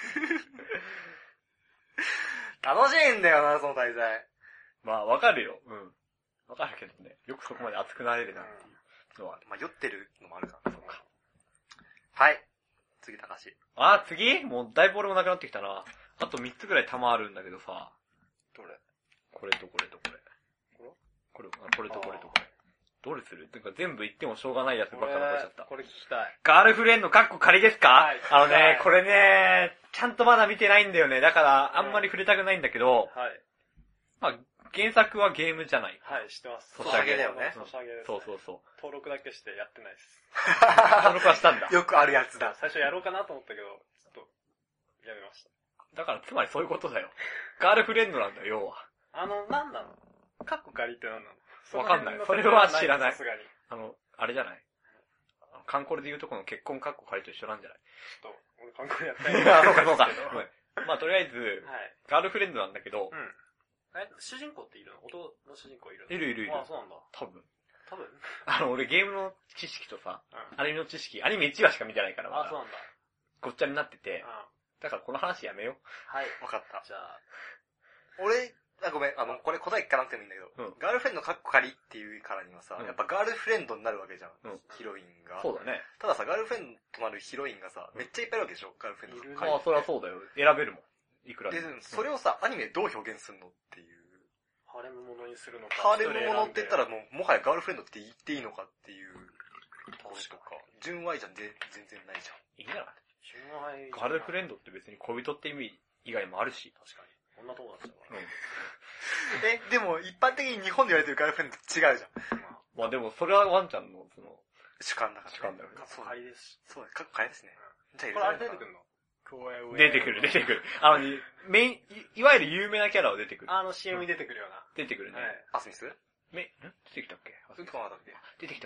楽しいんだよな、その滞在。 まあ、わかるよ。わかるけどね。よくそこまで熱くなれるなっていうのは。 まあ、酔ってるのもあるから。そうか。はい。次、高橋。 次もうだいぶ俺もなくなってきたな。あと3つぐらい弾あるんだけどさ。 どれ？ これとこれとこれ。これとこれとこれ。どれする？てか全部言ってもしょうがないやつばっか残しちゃった。 これ聞きたい。 ガールフレンドカッコ仮ですか？これね、ちゃんとまだ見てないんだよね。だから、あんまり触れたくないんだけど、まあ、原作はゲームじゃない。 はい、知ってます。 ソシャゲだよね。 ソシャゲです。 そう。 登録だけしてやってないです。 登録はしたんだ。 よくあるやつだ。 最初やろうかなと思ったけど、ちょっと、やめました。 だから、つまりそういうことだよ。ガールフレンドなんだよ、要は。 なんなの？カッコ仮って何なの？ わかんない。それは知らない。 さすがに。 あれじゃない？カンコレで言うとこの結婚カッコ仮と一緒なんじゃない？ ちょっと、俺カンコレやったり。 そうか。まあ、とりあえず、ガールフレンドなんだけど、 主人公っているの？音の主人公いるの？ いる。 あ、そうなんだ。 多分。 俺ゲームの知識とさ、アニメの知識、アニメ1話しか見てないから、 あ、そうなんだ。 ごっちゃになってて、だからこの話やめよう。 はい。 わかった。 じゃあ、 俺、ごめん、これ答え聞かなくてもいいんだけど、ガールフレンドカッコ仮っていうからにはさ、やっぱガールフレンドになるわけじゃん、ヒロインが。 そうだね。 たださ、ガールフレンドとなるヒロインがさ、めっちゃいっぱいいるわけでしょ、ガールフレンド仮。そりゃそうだよ。選べるもん。いくらで。 で、それをさ、アニメでどう表現するのっていう。 ハーレムものにするのか。 ハーレムものって言ったらもはやガールフレンドって言っていいのかっていうところとか、純愛じゃ全然ないじゃん。 いいんじゃない？ 純愛。 ガールフレンドって別に恋人って意味以外もあるし。 確かに。女友達だから。 でも一般的に日本で言われてるガールフレンドって違うじゃん。 まあでもそれはワンちゃんの主観だから。 主観だよね。 カッコ仮ですし。 そう、カッコ仮ですね。 じゃあこれあれ出てくるの？ 出てくる。いわゆる有名なキャラは出てくる。 CM に出てくるような。 出てくるね。 アスミス？ 出てきたっけ？ 出てきたかも。 出てきたかも。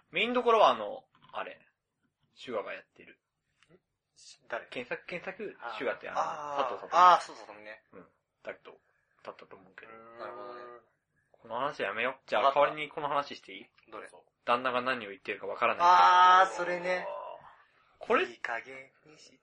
メインどころはあれ、シュガがやってる。 誰？ 検索、シュガって佐藤さん。 そうそうね。 うん。だったと思うけど。 なるほどね。 この話やめよう。じゃあ代わりにこの話していい？ どれ？ 旦那が何を言ってるかわからない。 それね。 これいい加減にして。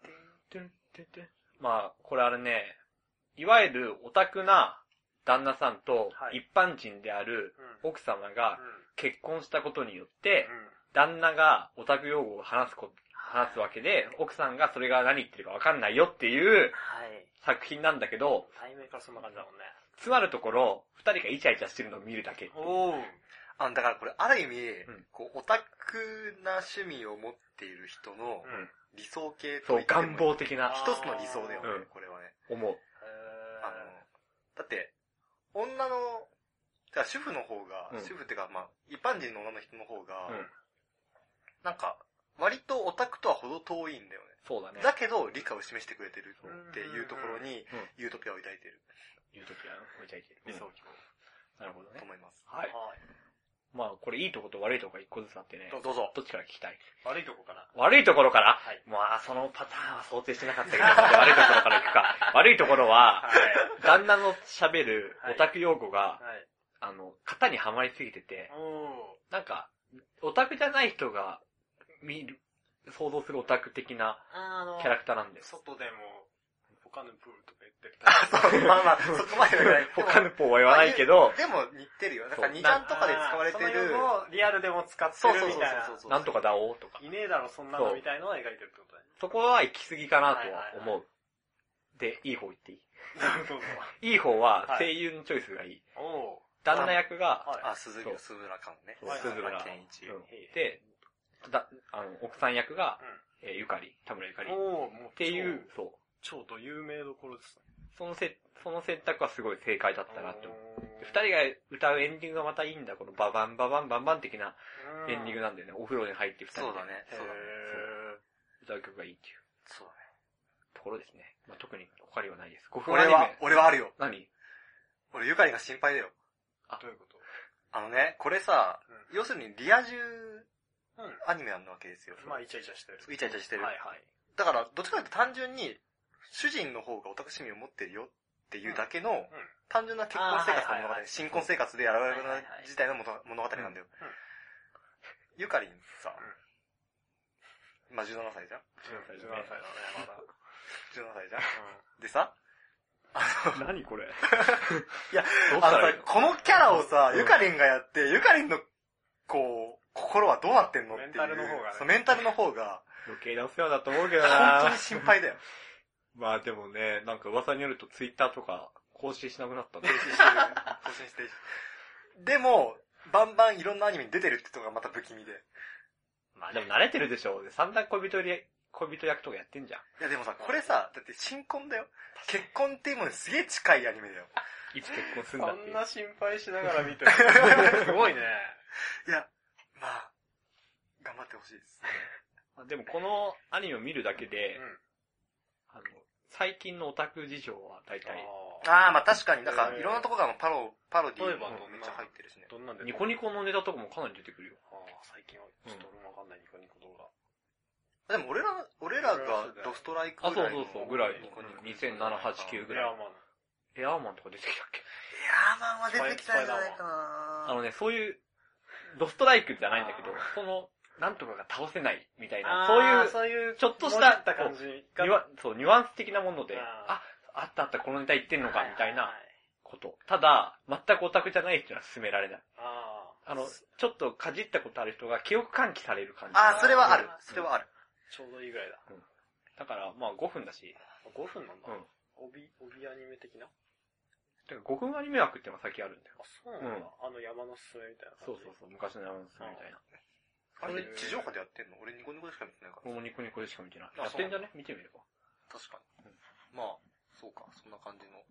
まあ、これあれね、いわゆるオタクな旦那さんと一般人である奥様が結婚したことによって、旦那がオタク用語を話すわけで、奥さんがそれが何言ってるかわかんないよっていう作品なんだけど、 題名からそんな感じだもんね。 つまるところ、二人がイチャイチャしてるのを見るだけ。 だからこれ、ある意味、オタクな趣味を持っている人の理想系とそう、願望的な。 一つの理想だよね、これはね。 思う。 だって、女の、主婦の方が、主婦ってか、一般人の女の人の方が、なんか、割とオタクとは程遠いんだよね。 そうだね。 だけど、理解を示してくれてるっていうところに、ユートピアを抱いてる。 ユートピアを抱いてる。 理想郷。 なるほどね。 と思います。 はい。まあ、これいいとこと悪いとこが一個ずつあってね。 どうぞ。 どっちから聞きたい？ 悪いとこかな。 悪いところから？はい。まあ、そのパターンは想定してなかったけど、悪いところから行くか。悪いところは、旦那の喋るオタク用語が、型にはまりすぎてて、なんか、オタクじゃない人が想像するオタク的なキャラクターなんだよ。 外でも、ポカヌプーとか言ってる。 そこまでは言わない。 ポカヌポーは言わないけど、 でも似てるよ。だから2ちゃんとかで使われてる。 その用語をリアルでも使ってるみたいな。 なんとかだおとか。 いねえだろ、そんなのみたいのは描いてるってことだね。 そこは行き過ぎかなとは思う。で、いい方言っていい？いい方は声優のチョイスがいい。旦那役が、 鈴村かもね。 鈴村健一。で、奥さん役が、ゆかり、田村ゆかり。っていう、そう。 超と有名どころですね。 その選択はすごい正解だったなって思う。二人が歌うエンディングがまたいいんだ。このババンババンバンバン的なエンディングなんだよね。お風呂に入って二人で。 そうだね。 歌う曲がいいっていう。 そうだね。 ところですね。特に他にはないです。 俺はあるよ。 何？ 俺ゆかりが心配だよ。 どういうこと？ これさ、要するにリア充アニメなわけですよ。 イチャイチャしてる。 イチャイチャしてる。だから、どっちかというと単純に、主人の方がオタク趣味を持ってるよっていうだけの、単純な結婚生活の物語、新婚生活で現れる自体の物語なんだよ。ゆかりんさ、今17歳じゃん？ 17歳だね、まだ。 17歳じゃん？でさ、 何これ？ いや、このキャラをさ、ゆかりんがやって、ゆかりんの、心はどうなってんのっていう。メンタルの方がね。メンタルの方が。 余計なお世話だと思うけどな。 本当に心配だよ。 まあでもね、なんか噂によるとツイッターとか更新しなくなったんだ。 更新してる。でも、バンバンいろんなアニメに出てるってとこがまた不気味で。 まあでも慣れてるでしょ。散々恋人役とかやってんじゃん。 いやでもさ、これさ、だって新婚だよ。結婚っていうものにすげえ近いアニメだよ。 いつ結婚するんだって。 そんな心配しながら見てる。すごいね。 いや、まあ、頑張ってほしいです。 でもこのアニメを見るだけで、最近のオタク事情は大体。 まあ確かに、なんかいろんなところからのパロディーもめっちゃ入ってるしね。 ニコニコのネタとかもかなり出てくるよ。 最近はちょっと俺もわかんないニコニコ動画。 でも俺らがドストライクぐらいの。 そうぐらい。2007、8、9ぐらい。エアーマンとか出てきたっけ？ エアーマンは出てきたんじゃないかな。 そういう、ドストライクじゃないんだけど、なんとかが倒せないみたいな、そういう、ちょっとした、ニュアンス的なもので、あったこのネタ言ってんのか、みたいなこと。ただ、全くオタクじゃない人には進められない。ちょっとかじったことある人が記憶喚起される感じ。 それはある。それはある。 ちょうどいいぐらいだ。 だから、まあ5分だし。 5分なんだ。帯アニメ的な？ だから5分アニメ枠ってのが先あるんだよ。 そうなんだ。山のすすめみたいな感じ。 そう。昔の山のすすめみたいな。 あれ地上波でやってんの？俺ニコニコでしか見てないから。 俺もニコニコでしか見てない。やってんじゃね？見てみれば。 確かに。まあ、そうか。そんな感じの。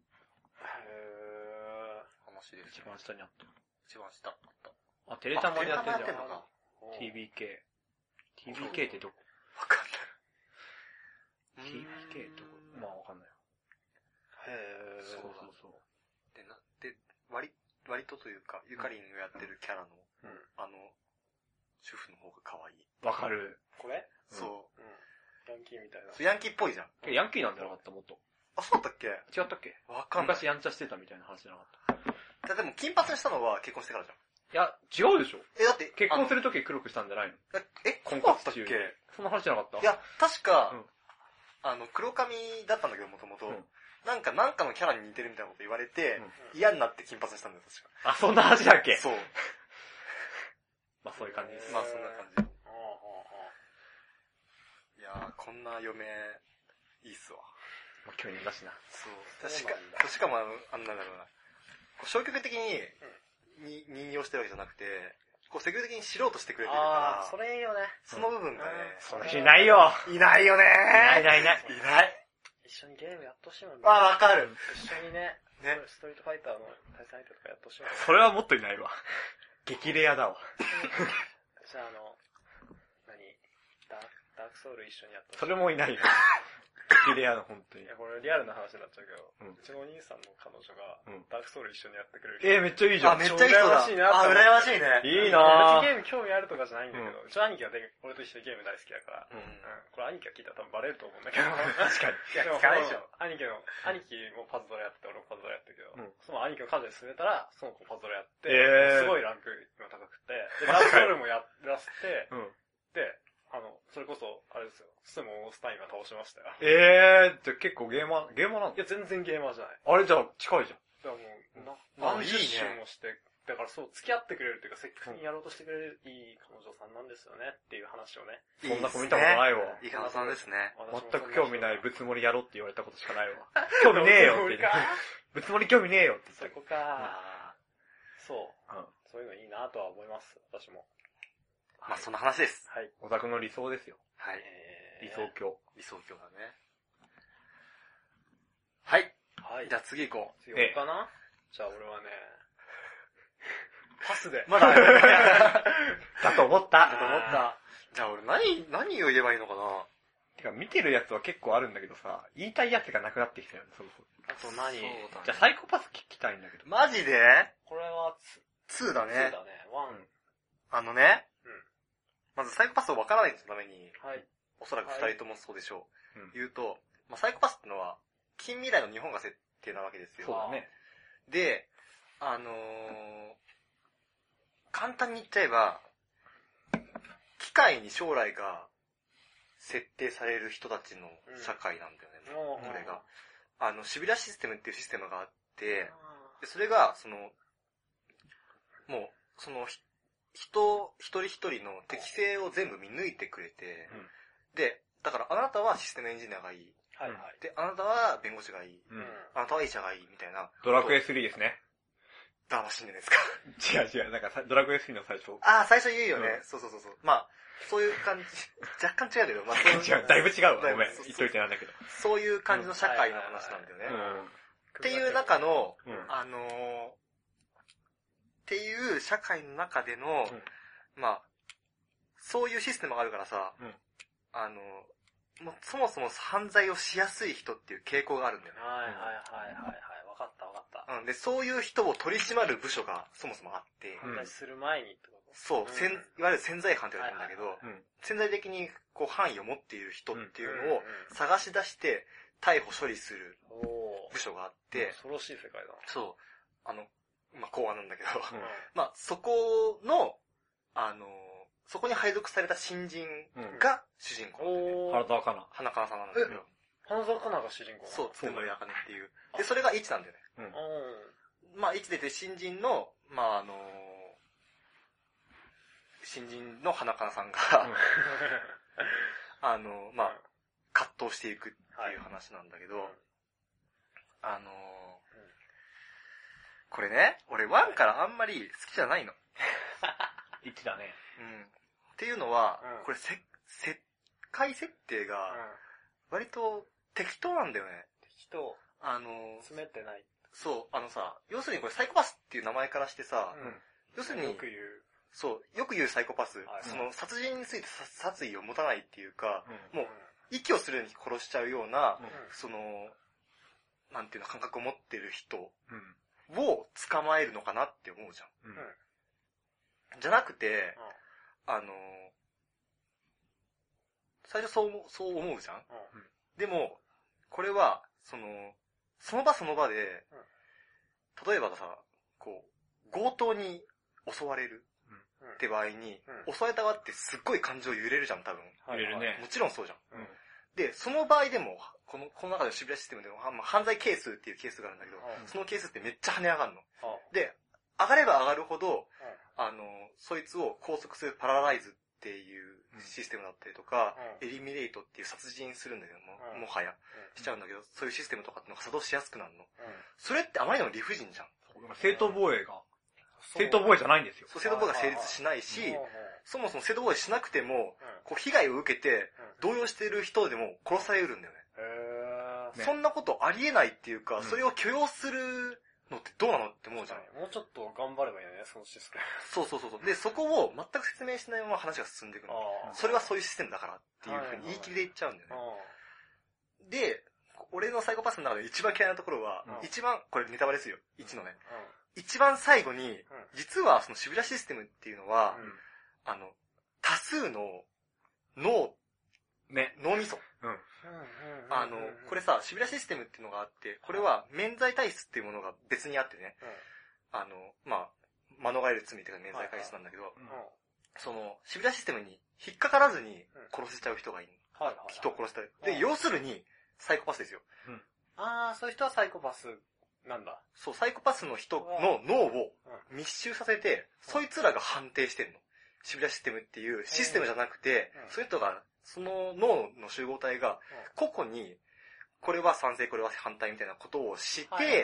話です。 一番下にあった。 一番下あった。 テレタマでやってんじゃん。 のか。 TBK。TBK ってどこ？ わかんない。 TBK ってどこ？まあわかんないよ。そう。で、割とというか、ゆかりんがやってるキャラの、 主婦の方が可愛い。 わかる。 これそう。 ヤンキーみたいな。 ヤンキーっぽいじゃん。 ヤンキーなんじゃなかったもっと。 あ、そうだったっけ？ 違ったっけ？ わかんない。 昔やんちゃしてたみたいな話じゃなかった。 でも金髪にしたのは結婚してからじゃん。 いや、違うでしょ。 だって結婚するとき黒くしたんじゃないの？ 婚活だったっけ？ そんな話じゃなかった？ いや、確か、黒髪だったんだけど、もともと。なんかのキャラに似てるみたいなこと言われて、嫌になって金髪にしたんだよ、確か。 あ、そんな話だっけ？ そう。 まあそういう感じです。 まあそんな感じ。いやー、こんな嫁、いいっすわ。 まあ、巨人だしな。 そう。しかもなんだろうな。消極的に、引用してるわけじゃなくて、積極的に知ろうとしてくれてるから。 それいいよね。 その部分がね。 それいないよ。 いないよねー。いない。 一緒にゲームやっとほしいもんね。 わかる。 一緒にね、ストリートファイターの対戦相手とかやっとほしいもんね。 それはもっといないわ。激レアだわ。 じゃあダークソウル一緒にやってほしい。 それもいないよ。激レアの本当に。 いや、これリアルな話になっちゃうけど、うちのお兄さんの彼女が、ダークソウル一緒にやってくれる。 めっちゃいいじゃん。 めっちゃいい人だ。 羨ましいな。 羨ましいね。 いいな別にゲーム興味あるとかじゃないんだけど、うちの兄貴は俺と一緒にゲーム大好きだから、これ兄貴が聞いたら多分バレると思うんだけど。 確かに。 いや、でも聞かないでしょ。 兄貴もパズドラやってて、俺もパズドラやってるけど、その兄貴の彼女に勧めたら、その子パズドラやって、すごいランクが高くて、で、ダークソウルもやらせて、で、それこそ、あれですよ、スモースタインが倒しましたよ。 じゃあ結構ゲーマーなの？ いや、全然ゲーマーじゃない。 あれじゃあ近いじゃん。 だからもう、何十周もして、だからそう、付き合ってくれるっていうか、積極的にやろうとしてくれるいい彼女さんなんですよねっていう話をね。 そんな子見たことないわ。 いい彼女さんですね。 全く興味ないぶつもりやろって言われたことしかないわ。興味ねえよって。ぶつもり興味ねえよって言った。そこかそう。そういうのいいなとは思います、私も。 まあそんな話です。 はい。オタクの理想ですよ。 はい。 理想郷。 理想郷だね。はい。 はい。 じゃあ次行こう。 次行こうかな。じゃあ俺はね、パスで。 まだだと思った。 じゃあ俺何を言えばいいのかな。 てか見てるやつは結構あるんだけどさ、言いたいやつがなくなってきたよね、そろそろ。 あと何？ そうだね。 じゃあサイコパス聞きたいんだけど。 マジで？ これは 2だね。 2だね。 1。まずサイコパスを分からない人のために、 はい。 おそらく2人ともそうでしょう。言うと、サイコパスってのは、近未来の日本が設定なわけですよ。 そうだね。 で、簡単に言っちゃえば、機械に将来が設定される人たちの社会なんだよね、これが。シビラシステムっていうシステムがあって、でそれが、もう、一人一人の適性を全部見抜いてくれて、で、だからあなたはシステムエンジニアがいい。で、あなたは弁護士がいい。あなたは医者がいい、みたいな。 ドラクエ3ですね。 ダーマ死んでですか？ 違う、なんかドラクエ3の最初。 最初言うよね。そう。まあ、そういう感じ、若干違うけど、まあ違う、だいぶ違うわ。ごめん、言っといてなんだけど。 そういう感じの社会の話なんだよね。っていう中の、っていう社会の中での、まあ、そういうシステムがあるからさ、もうそもそも犯罪をしやすい人っていう傾向があるんだよね。 はい。わかった。 で、そういう人を取り締まる部署がそもそもあって、 犯罪する前にってこと？ そう、いわゆる潜在犯って言われるんだけど、潜在的にこう犯意を持っている人っていうのを探し出して逮捕処理する部署があって、 恐ろしい世界だな。 そう、まあ、公安なんだけど、まあ、そこの、そこに配属された新人が主人公なんだよね。 花澤香菜。 花川さんなんですけど。 花澤香菜が主人公？ そう、つむりあかねっていう。で、それが1なんだよね。まあ、1出て新人の、まあ、新人の花川さんが、まあ、葛藤していくっていう話なんだけど、これね、俺1からあんまり好きじゃないの。 1だね。 っていうのは、これ世界設定が、割と適当なんだよね。 適当。詰めてない。 そう、要するにこれサイコパスっていう名前からしてさ、要するに、 よく言う。 そう、よく言うサイコパス、殺人について殺意を持たないっていうか、もう、息をするように殺しちゃうような、なんていうの、感覚を持ってる人を捕まえるのかなって思うじゃん。じゃなくて、 最初そう思うじゃん、でも、これは、その場その場で、例えばさ、こう、強盗に襲われるって場合に、襲われた側ってすっごい感情揺れるじゃん、多分。 揺れるね。 もちろんそうじゃん。で、その場合でも、この中で渋谷システムでも、犯罪係数っていう係数があるんだけど、その係数ってめっちゃ跳ね上がるの。で、上がれば上がるほど、そいつを拘束するパラライズっていうシステムだったりとか、エリミネイトっていう殺人するんだけども、もはや、しちゃうんだけど、そういうシステムとかってのが作動しやすくなるの。それってあまりにも理不尽じゃん。 正当防衛じゃないんですよ。 そう、正当防衛が成立しないし、そもそも正当防衛しなくても、こう被害を受けて、動揺している人でも殺されるんだよね。そんなことありえないっていうか、それを許容するのってどうなのって思うじゃん。 もうちょっと頑張ればいいよね、そのシステム。 そう。で、そこを全く説明しないまま話が進んでいくの。それはそういうシステムだからっていう風に言い切りで言っちゃうんだよね。で、俺のサイコパスの中で一番嫌いなところは、これネタバレですよ。1のね。一番最後に、実はその渋谷システムっていうのは、多数の脳みそ。これさ、渋谷システムっていうのがあって、これは免罪体質っていうものが別にあってね、免れる罪っていうか免罪体質なんだけど、その、渋谷システムに引っかからずに殺せちゃう人がいる。人を殺したい。で、要するに、サイコパスですよ。 そういう人はサイコパスなんだ。 そう、サイコパスの人の脳を密集させて、そいつらが判定してんの。渋谷システムっていうシステムじゃなくて、そういう人が、その脳の集合体が、個々に、これは賛成、これは反対みたいなことをして、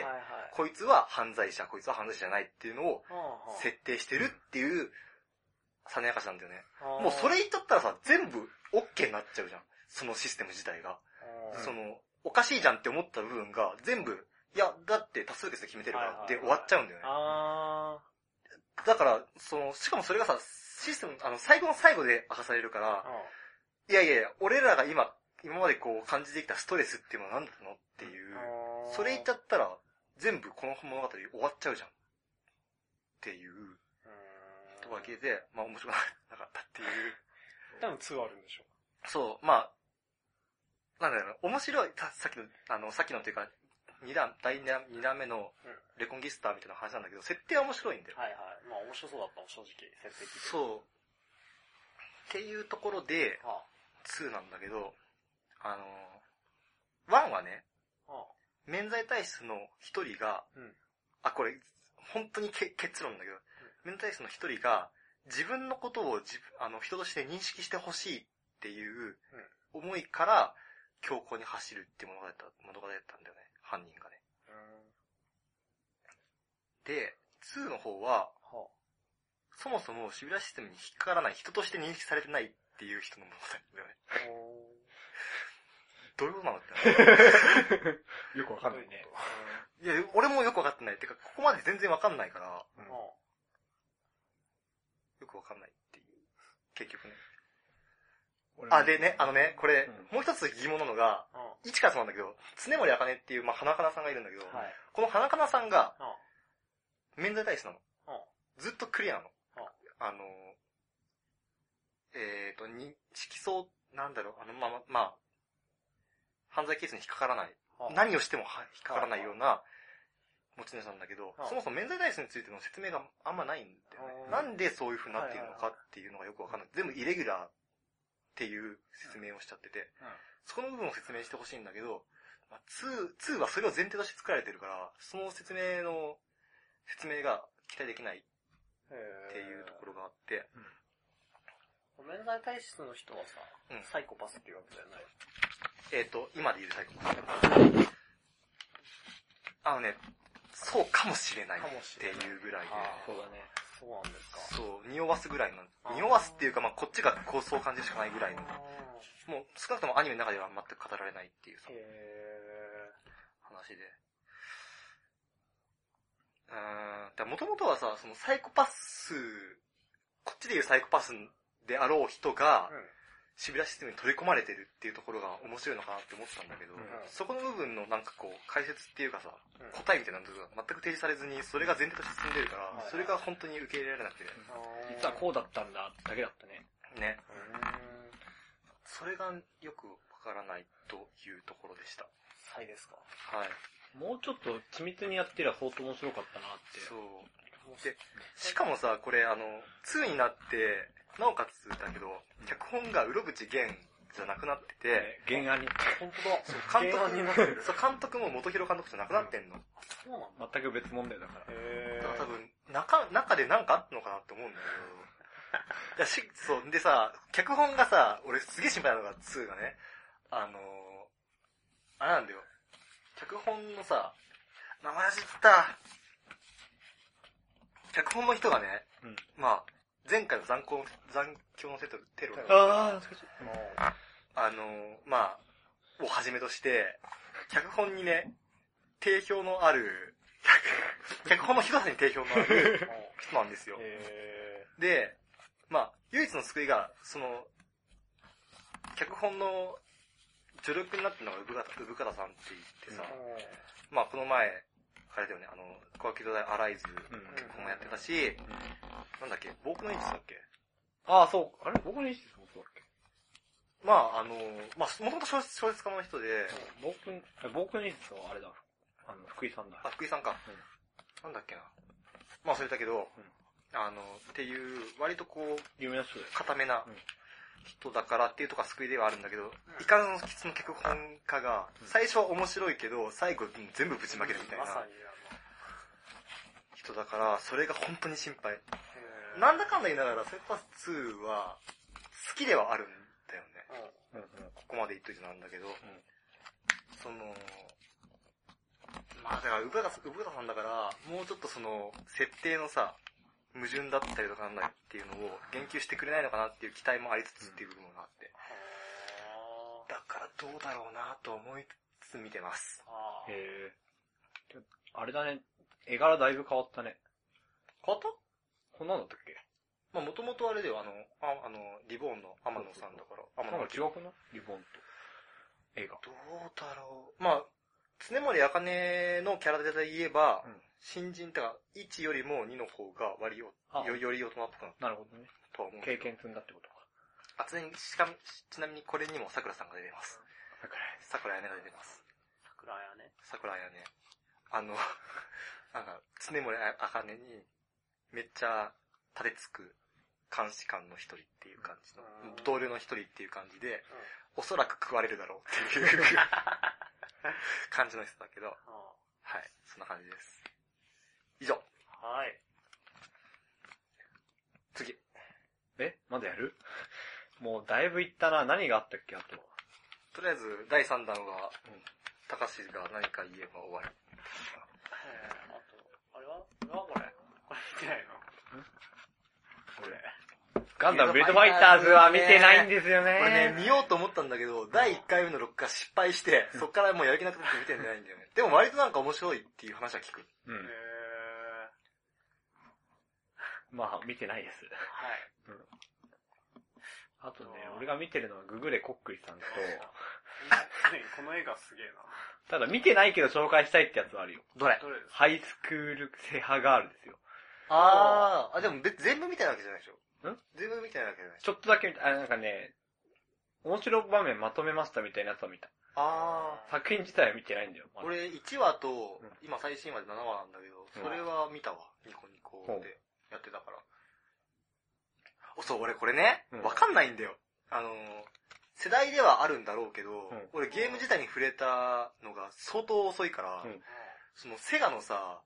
こいつは犯罪者、こいつは犯罪者じゃないっていうのを設定してるっていう、種明かしなんだよね。もうそれ言っちゃったらさ、全部 OK になっちゃうじゃん。そのシステム自体が。おかしいじゃんって思った部分が全部、いや、だって多数決で決めてるからで終わっちゃうんだよね。だから、しかもそれがさ、システム、最後の最後で明かされるから、いや、俺らが今までこう感じてきたストレスっていうのは何だったのっていう、それ言っちゃったら、全部この物語終わっちゃうじゃん。っていう、わけで、面白くなかったっていう。 多分2あるんでしょ。 そう、なんだろう、面白い、さっきのっていうか、第2弾目のレコンギスターみたいな話なんだけど、設定は面白いんだよ。 面白そうだったもん、正直、設定聞いて。 そう。っていうところで、2なんだけど、1はね、免罪体質の一人が、これ、本当に結論だけど、免罪体質の一人が、自分のことを人として認識してほしいっていう思いから、強行に走るっていう物語だったんだよね、犯人がね。で、2の方は、そもそも渋谷システムに引っかからない人として認識されてないっていう人の物語なんだよね。どういうことなのってよくわかんないね。 いや、俺もよくわかってない。てか、ここまで全然わかんないから、よくわかんないっていう。結局ね。でね、これ、もう一つ疑問なのが、一からそうなんだけど、常森茜っていう、花かなさんがいるんだけど、この花かなさんが、免罪体質なの。ずっとクリアなの。色相、なんだろう、犯罪ケースに引っかからない。何をしても引っかからないような持ち主なんだけど、そもそも免罪体質についての説明があんまないんだよね。なんでそういう風になっているのかっていうのがよくわかんない。全部イレギュラーっていう説明をしちゃってて、そこの部分を説明してほしいんだけど、2はそれを前提として作られてるから、その説明が期待できないっていうところがあって、 免罪体質の人はさ、サイコパスっていうわけじゃない。 今で言うサイコパス。そうかもしれないっていうぐらいで。 そうだね。そうなんですか。 そう、匂わすぐらいの。匂わすっていうか、こっちがそう感じるしかないぐらいの。もう少なくともアニメの中では全く語られないっていうさ。話で。もともとはさ、そのサイコパス、こっちで言うサイコパスであろう人が、 渋谷システムに取り込まれてるっていうところが面白いのかなって思ってたんだけど、そこの部分のなんかこう解説っていうかさ、答えみたいなのが全く提示されずに、それが前提として進んでるから、それが本当に受け入れられなくて、 実はこうだったんだだけだったね。 ね。それがよくわからないというところでした。 はいですか。 はい。 もうちょっと緻密にやってりゃ相当面白かったなって。 そう。で、しかもさ、これ2になって、なおかつだけど、脚本が鱗口源じゃなくなってて、 原案に。 本当だ。 そう、監督になってる。そう、監督も元広監督じゃなくなってんの。 そうなんだ。 全く別問題だから。 だから多分、中でなんかあったのかなって思うんだけど。そう、でさ、脚本がさ、俺すげえ心配なのが2がね、あれなんだよ。脚本のさ、名前知った。脚本の人がね、まあ、前回の残響のテロ懐かしい。 まあ、をはじめとして、脚本にね、定評のある、脚本のひどさに定評のある人なんですよ。で、まあ、唯一の救いが、脚本の助力になってるのが産方さんって言ってさ、まあ、この前、あれだよね、小涌堂大アライズもやってたし、なんだっけ、僕のインチだっけ？ ああ、そう。あれ僕のインチもそうだっけ？ まあ、まあ、もともと小説家の人で、 僕のインチはあれだ。福井さんだ。 あ、福井さんか。なんだっけな。まあ、それだけど、っていう、割とこう、 有名な人で。 固めな人だからっていうとこが救いではあるんだけど、いかんその脚本家が、最初は面白いけど、最後全部ぶちまけるみたいな人だから、それが本当に心配。なんだかんだ言いながら、セパス2は、好きではあるんだよね。ここまで言っといてなんだけど、まあだから、産方さんだから、もうちょっと設定のさ、矛盾だったりとかなんだっていうのを言及してくれないのかなっていう期待もありつつっていう部分があって。だからどうだろうなと思いつつ見てます。 へー。あれだね、絵柄だいぶ変わったね。 変わった？ こんなんだったっけ？ まあもともとあれだよ、リボーンの天野さんだから。 なんか違くない？リボーンと。映画。 どうだろう。まあ、常森茜のキャラで言えば、新人とか、1よりも2の方がより大人っぽくなった。 なるほどね。 とは思う。 経験積んだってことか。 ちなみにこれにも桜さんが出てます。桜彩音が出てます。 桜彩音？ 桜彩音。なんか、常森茜に、めっちゃ立てつく監視官の一人っていう感じの、同僚の一人っていう感じで、おそらく食われるだろうっていう感じの人だけど、はい、そんな感じです。以上。 はい。 次。 まだやる？もうだいぶいったな。何があったっけ、あと。 とりあえず、第3弾は、高橋が何か言えば終わり。 あと、あれはこれ見てないの？これ。 ガンダムビルドファイターズは見てないんですよね。 これね、見ようと思ったんだけど、第1回目の録画失敗して、そっからもうやる気なくなって見てないんだよね。でも割となんか面白いっていう話は聞く。 まあ、見てないです。 はい。 あとね、俺が見てるのはググレコックリさんと、 この映画すげえな。 ただ見てないけど紹介したいってやつはあるよ。 どれ？ ハイスクール制覇ガールですよ。 でも全部見てないわけじゃないでしょ？全部見てないわけじゃない。 ちょっとだけ見た。なんかね、面白場面まとめましたみたいなやつを見た。作品自体は見てないんだよ。 俺1話と、今最新話で7話なんだけど、それは見たわ。ニコニコでやってたから。そう、俺これね、わかんないんだよ。世代ではあるんだろうけど、俺ゲーム自体に触れたのが相当遅いから、セガのさ、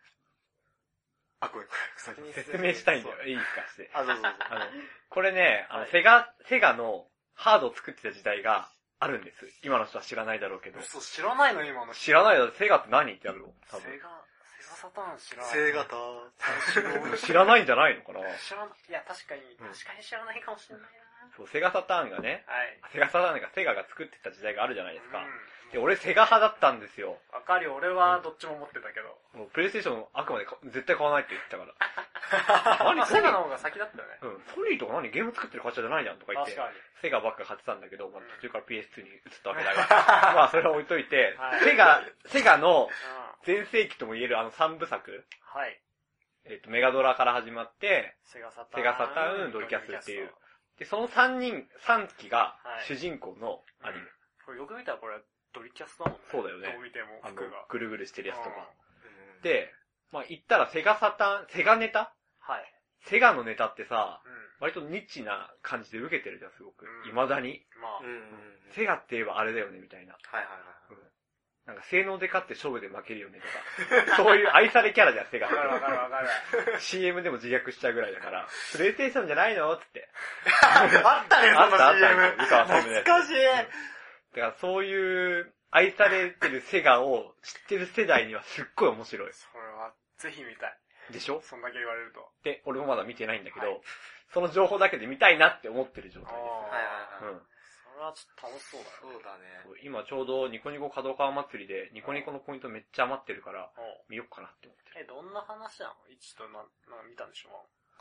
ごめん、先に説明したいんだよ。いいかして。 どうぞ。 これね、セガのハードを作ってた時代があるんです。今の人は知らないだろうけど。 そう、知らないの今の人。 知らないだろ、セガって何ってやるの？多分。 セガサターン知らない。 セガターン。 知らないんじゃないのかな？ いや、確かに知らないかもしれないな。 そう、セガサターンがね、セガが作ってた時代があるじゃないですか。で、俺セガ派だったんですよ。 わかるよ、俺はどっちも持ってたけど。 もうプレイステーションあくまで絶対買わないって言ってたから。 セガの方が先だったよね。 うん。ソニーとか何ゲーム作ってる会社じゃないじゃんとか言って、 確かにセガばっか買ってたんだけど、まあ、途中から PS2 に移ったわけだから、まあそれは置いといて、 はいセガの全盛期とも言える3部作、 はい。 メガドラから始まって、 セガサターン、ドリキャスっていう。で、その3期が主人公のアニメ。 これよく見たらこれドリキャスだもんね。 そうだよね。 どう見ても服が。ぐるぐるしてるやつとか。で、まあ言ったらセガネタはい。 セガのネタってさ、割とニッチな感じで受けてるじゃん、すごく。未だに。 まあ。 セガって言えばあれだよね、みたいな。 はいはいはい。 なんか性能で勝って勝負で負けるよねとか。そういう愛されキャラじゃん、セガって。 わかる。 CM でも自虐しちゃうぐらいだから、プレイステーションじゃないのつって。 あったね、その CM。 懐かしい。 だからそういう愛されてるセガを知ってる世代にはすっごい面白い。 それはぜひ見たい。 でしょ？ そんだけ言われると。 で、俺もまだ見てないんだけど、その情報だけで見たいなって思ってる状態です。 はい。それはちょっと楽しそうだね。 そうだね。 今ちょうどニコニコ角川祭りでニコニコのポイントめっちゃ余ってるから見よっかなって思ってる。 どんな話なの？一度見たんでしょ？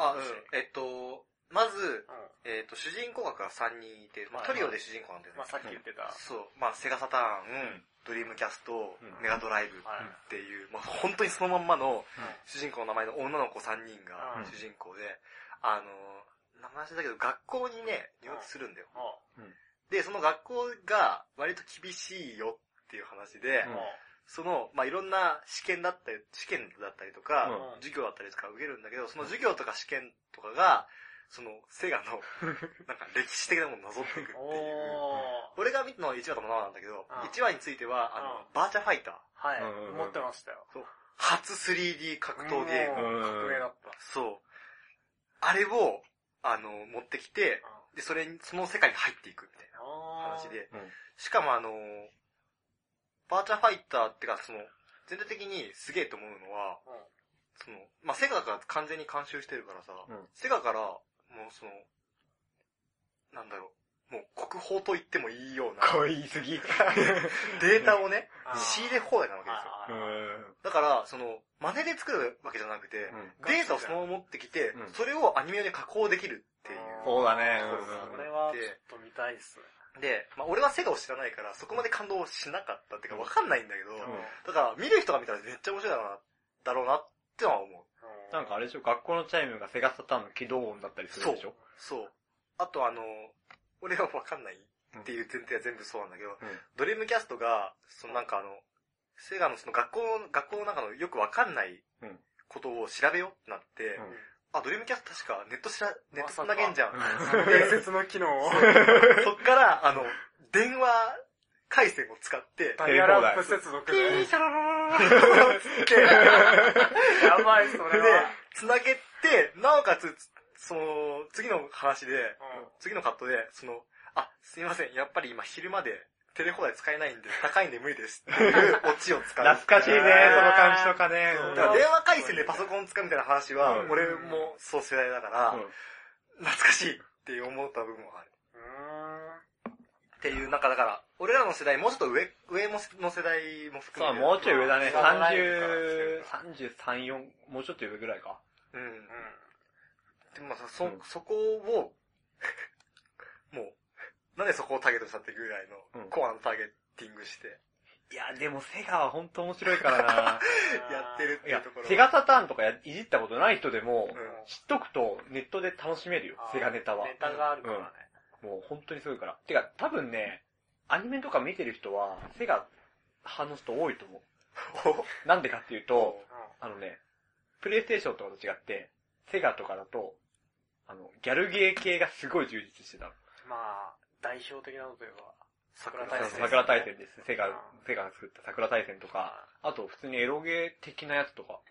まず、主人公格が3人いて、トリオで主人公なんだよね。 まあさっき言ってた。 そう。まあセガサターン、ドリームキャスト、メガドライブっていう、まあ本当にそのまんまの主人公の名前の女の子3人が主人公で、名前だけど学校にね、入学するんだよ。で、その学校が割と厳しいよっていう話で、まあ、いろんな試験だったりとか、授業だったりとか受けるんだけど、その授業とか試験とかが、セガの、なんか歴史的なものをなぞっていくっていう。俺が見たのは1話と7話なんだけど、1話については、バーチャファイター。 はい。持ってましたよ。 そう。初 3D 格闘ゲーム。 革命だった。 そう。あれを、持ってきて、で、その世界に入っていくみたいな話で、しかもバーチャファイターってか、全体的にすげえと思うのは、まあ、セガが完全に監修してるからさ、セガから、もうなんだろう、もう国宝と言ってもいいような。 言い過ぎ。 データをね、仕入れ放題なわけですよ。だから、真似で作るわけじゃなくて、データをそのまま持ってきて、それをアニメで加工できるっていう。 そうだね。 それはちょっと見たいっすね。 で、まあ俺はセガを知らないから、そこまで感動しなかったっていうかわかんないんだけど、だから見る人が見たらめっちゃ面白いだろうなってのは思う。 なんかあれでしょ、学校のチャイムがセガサターンの起動音だったりするでしょ？ そう。あと俺はわかんないっていう前提は全部そうなんだけど、ドリームキャストが、セガの学校の中のよくわかんないことを調べようってなって、ドリームキャスト確かネットつなげんじゃん。 伝説の機能を。 そっから、電話回線を使って、 ダイヤルアップ接続で。 ピーシャララララつって、 やばい、それは。 で、つなげて、なおかつ、次の話で、次のカットで、すいません、やっぱり今昼までテレ放題使えないんで、高いんで無理ですっていうオチを使う。 懐かしいね、その感じとかね。 だから電話回線でパソコン使うみたいな話は、俺もそう世代だから、懐かしいって思った部分もある。っていう、なんかだから、俺らの世代、もうちょっと上の世代も含めて。 そう、もうちょい上だね。33、4、もうちょっと上ぐらいか。 でもさ、そこを、もう、なんでそこをターゲットしたってぐらいの、コアのターゲッティングして。 いや、でもセガは本当面白いからなやってるっていうところ。 セガサターンとかいじったことない人でも、知っとくとネットで楽しめるよ、セガネタは。 ネタがあるからね。 もう本当にすごいから。てか、多分ね、アニメとか見てる人は、セガ派の人多いと思う。なんでかっていうと、プレイステーションとかと違って、セガとかだと、ギャルゲー系がすごい充実してたの。 まあ、代表的なのといえば、桜大戦です。セガが作った桜大戦とか、あと普通にエロゲー的なやつとか。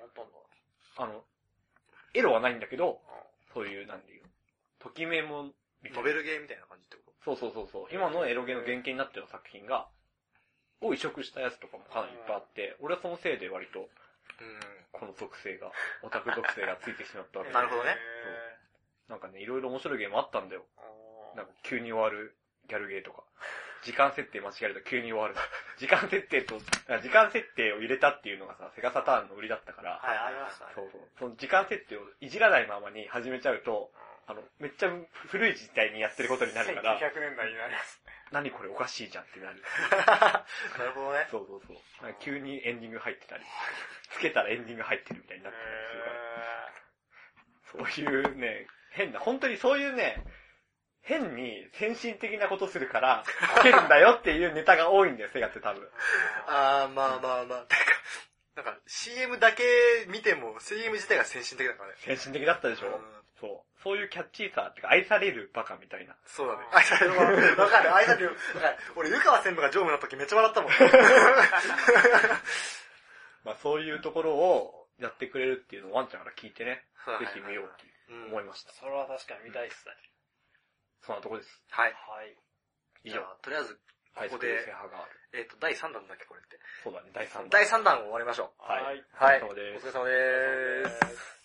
エロはないんだけど、そういう、なんていう、ときめも、 ノベルゲーみたいな感じってこと？そう。今のエロゲーの原型になってる作品を移植したやつとかもかなりいっぱいあって、俺はそのせいで割と、この属性が、オタク属性がついてしまったわけなるほどね。 なんかね、いろいろ面白いゲームあったんだよ。なんか急に終わるギャルゲーとか。 時間設定間違えると急に終わる。時間設定を入れたっていうのがさ、セガサターンの売りだったから、 はい、ありましたね。 そう。その時間設定をいじらないままに始めちゃうと、めっちゃ古い時代にやってることになるから、 1900年代になりますね。 何これおかしいじゃんってなる。 なるほどね。 そう。急にエンディング入ってたり、つけたらエンディング入ってるみたいになってたりするから。そういうね、本当にそういうね、変に先進的なことするから、つけるんだよっていうネタが多いんだよ、セガって多分。 まあ。なんか CM だけ見ても CM 自体が先進的だからね。 先進的だったでしょ、そういうキャッチーさってか愛されるバカみたいな。 そうだね。愛される。わかる。愛される。俺、湯川専務が常務の時めっちゃ笑ったもん。 まあそういうところをやってくれるっていうのをワンちゃんから聞いてね、ぜひ見ようって思いました。 それは確かに見たいっすね。 そんなとこです。 はい。 以上。 とりあえず、ここで、第3弾だっけこれって。 そうだね、第3弾。 第3弾を終わりましょう。 はい。 お疲れ様です。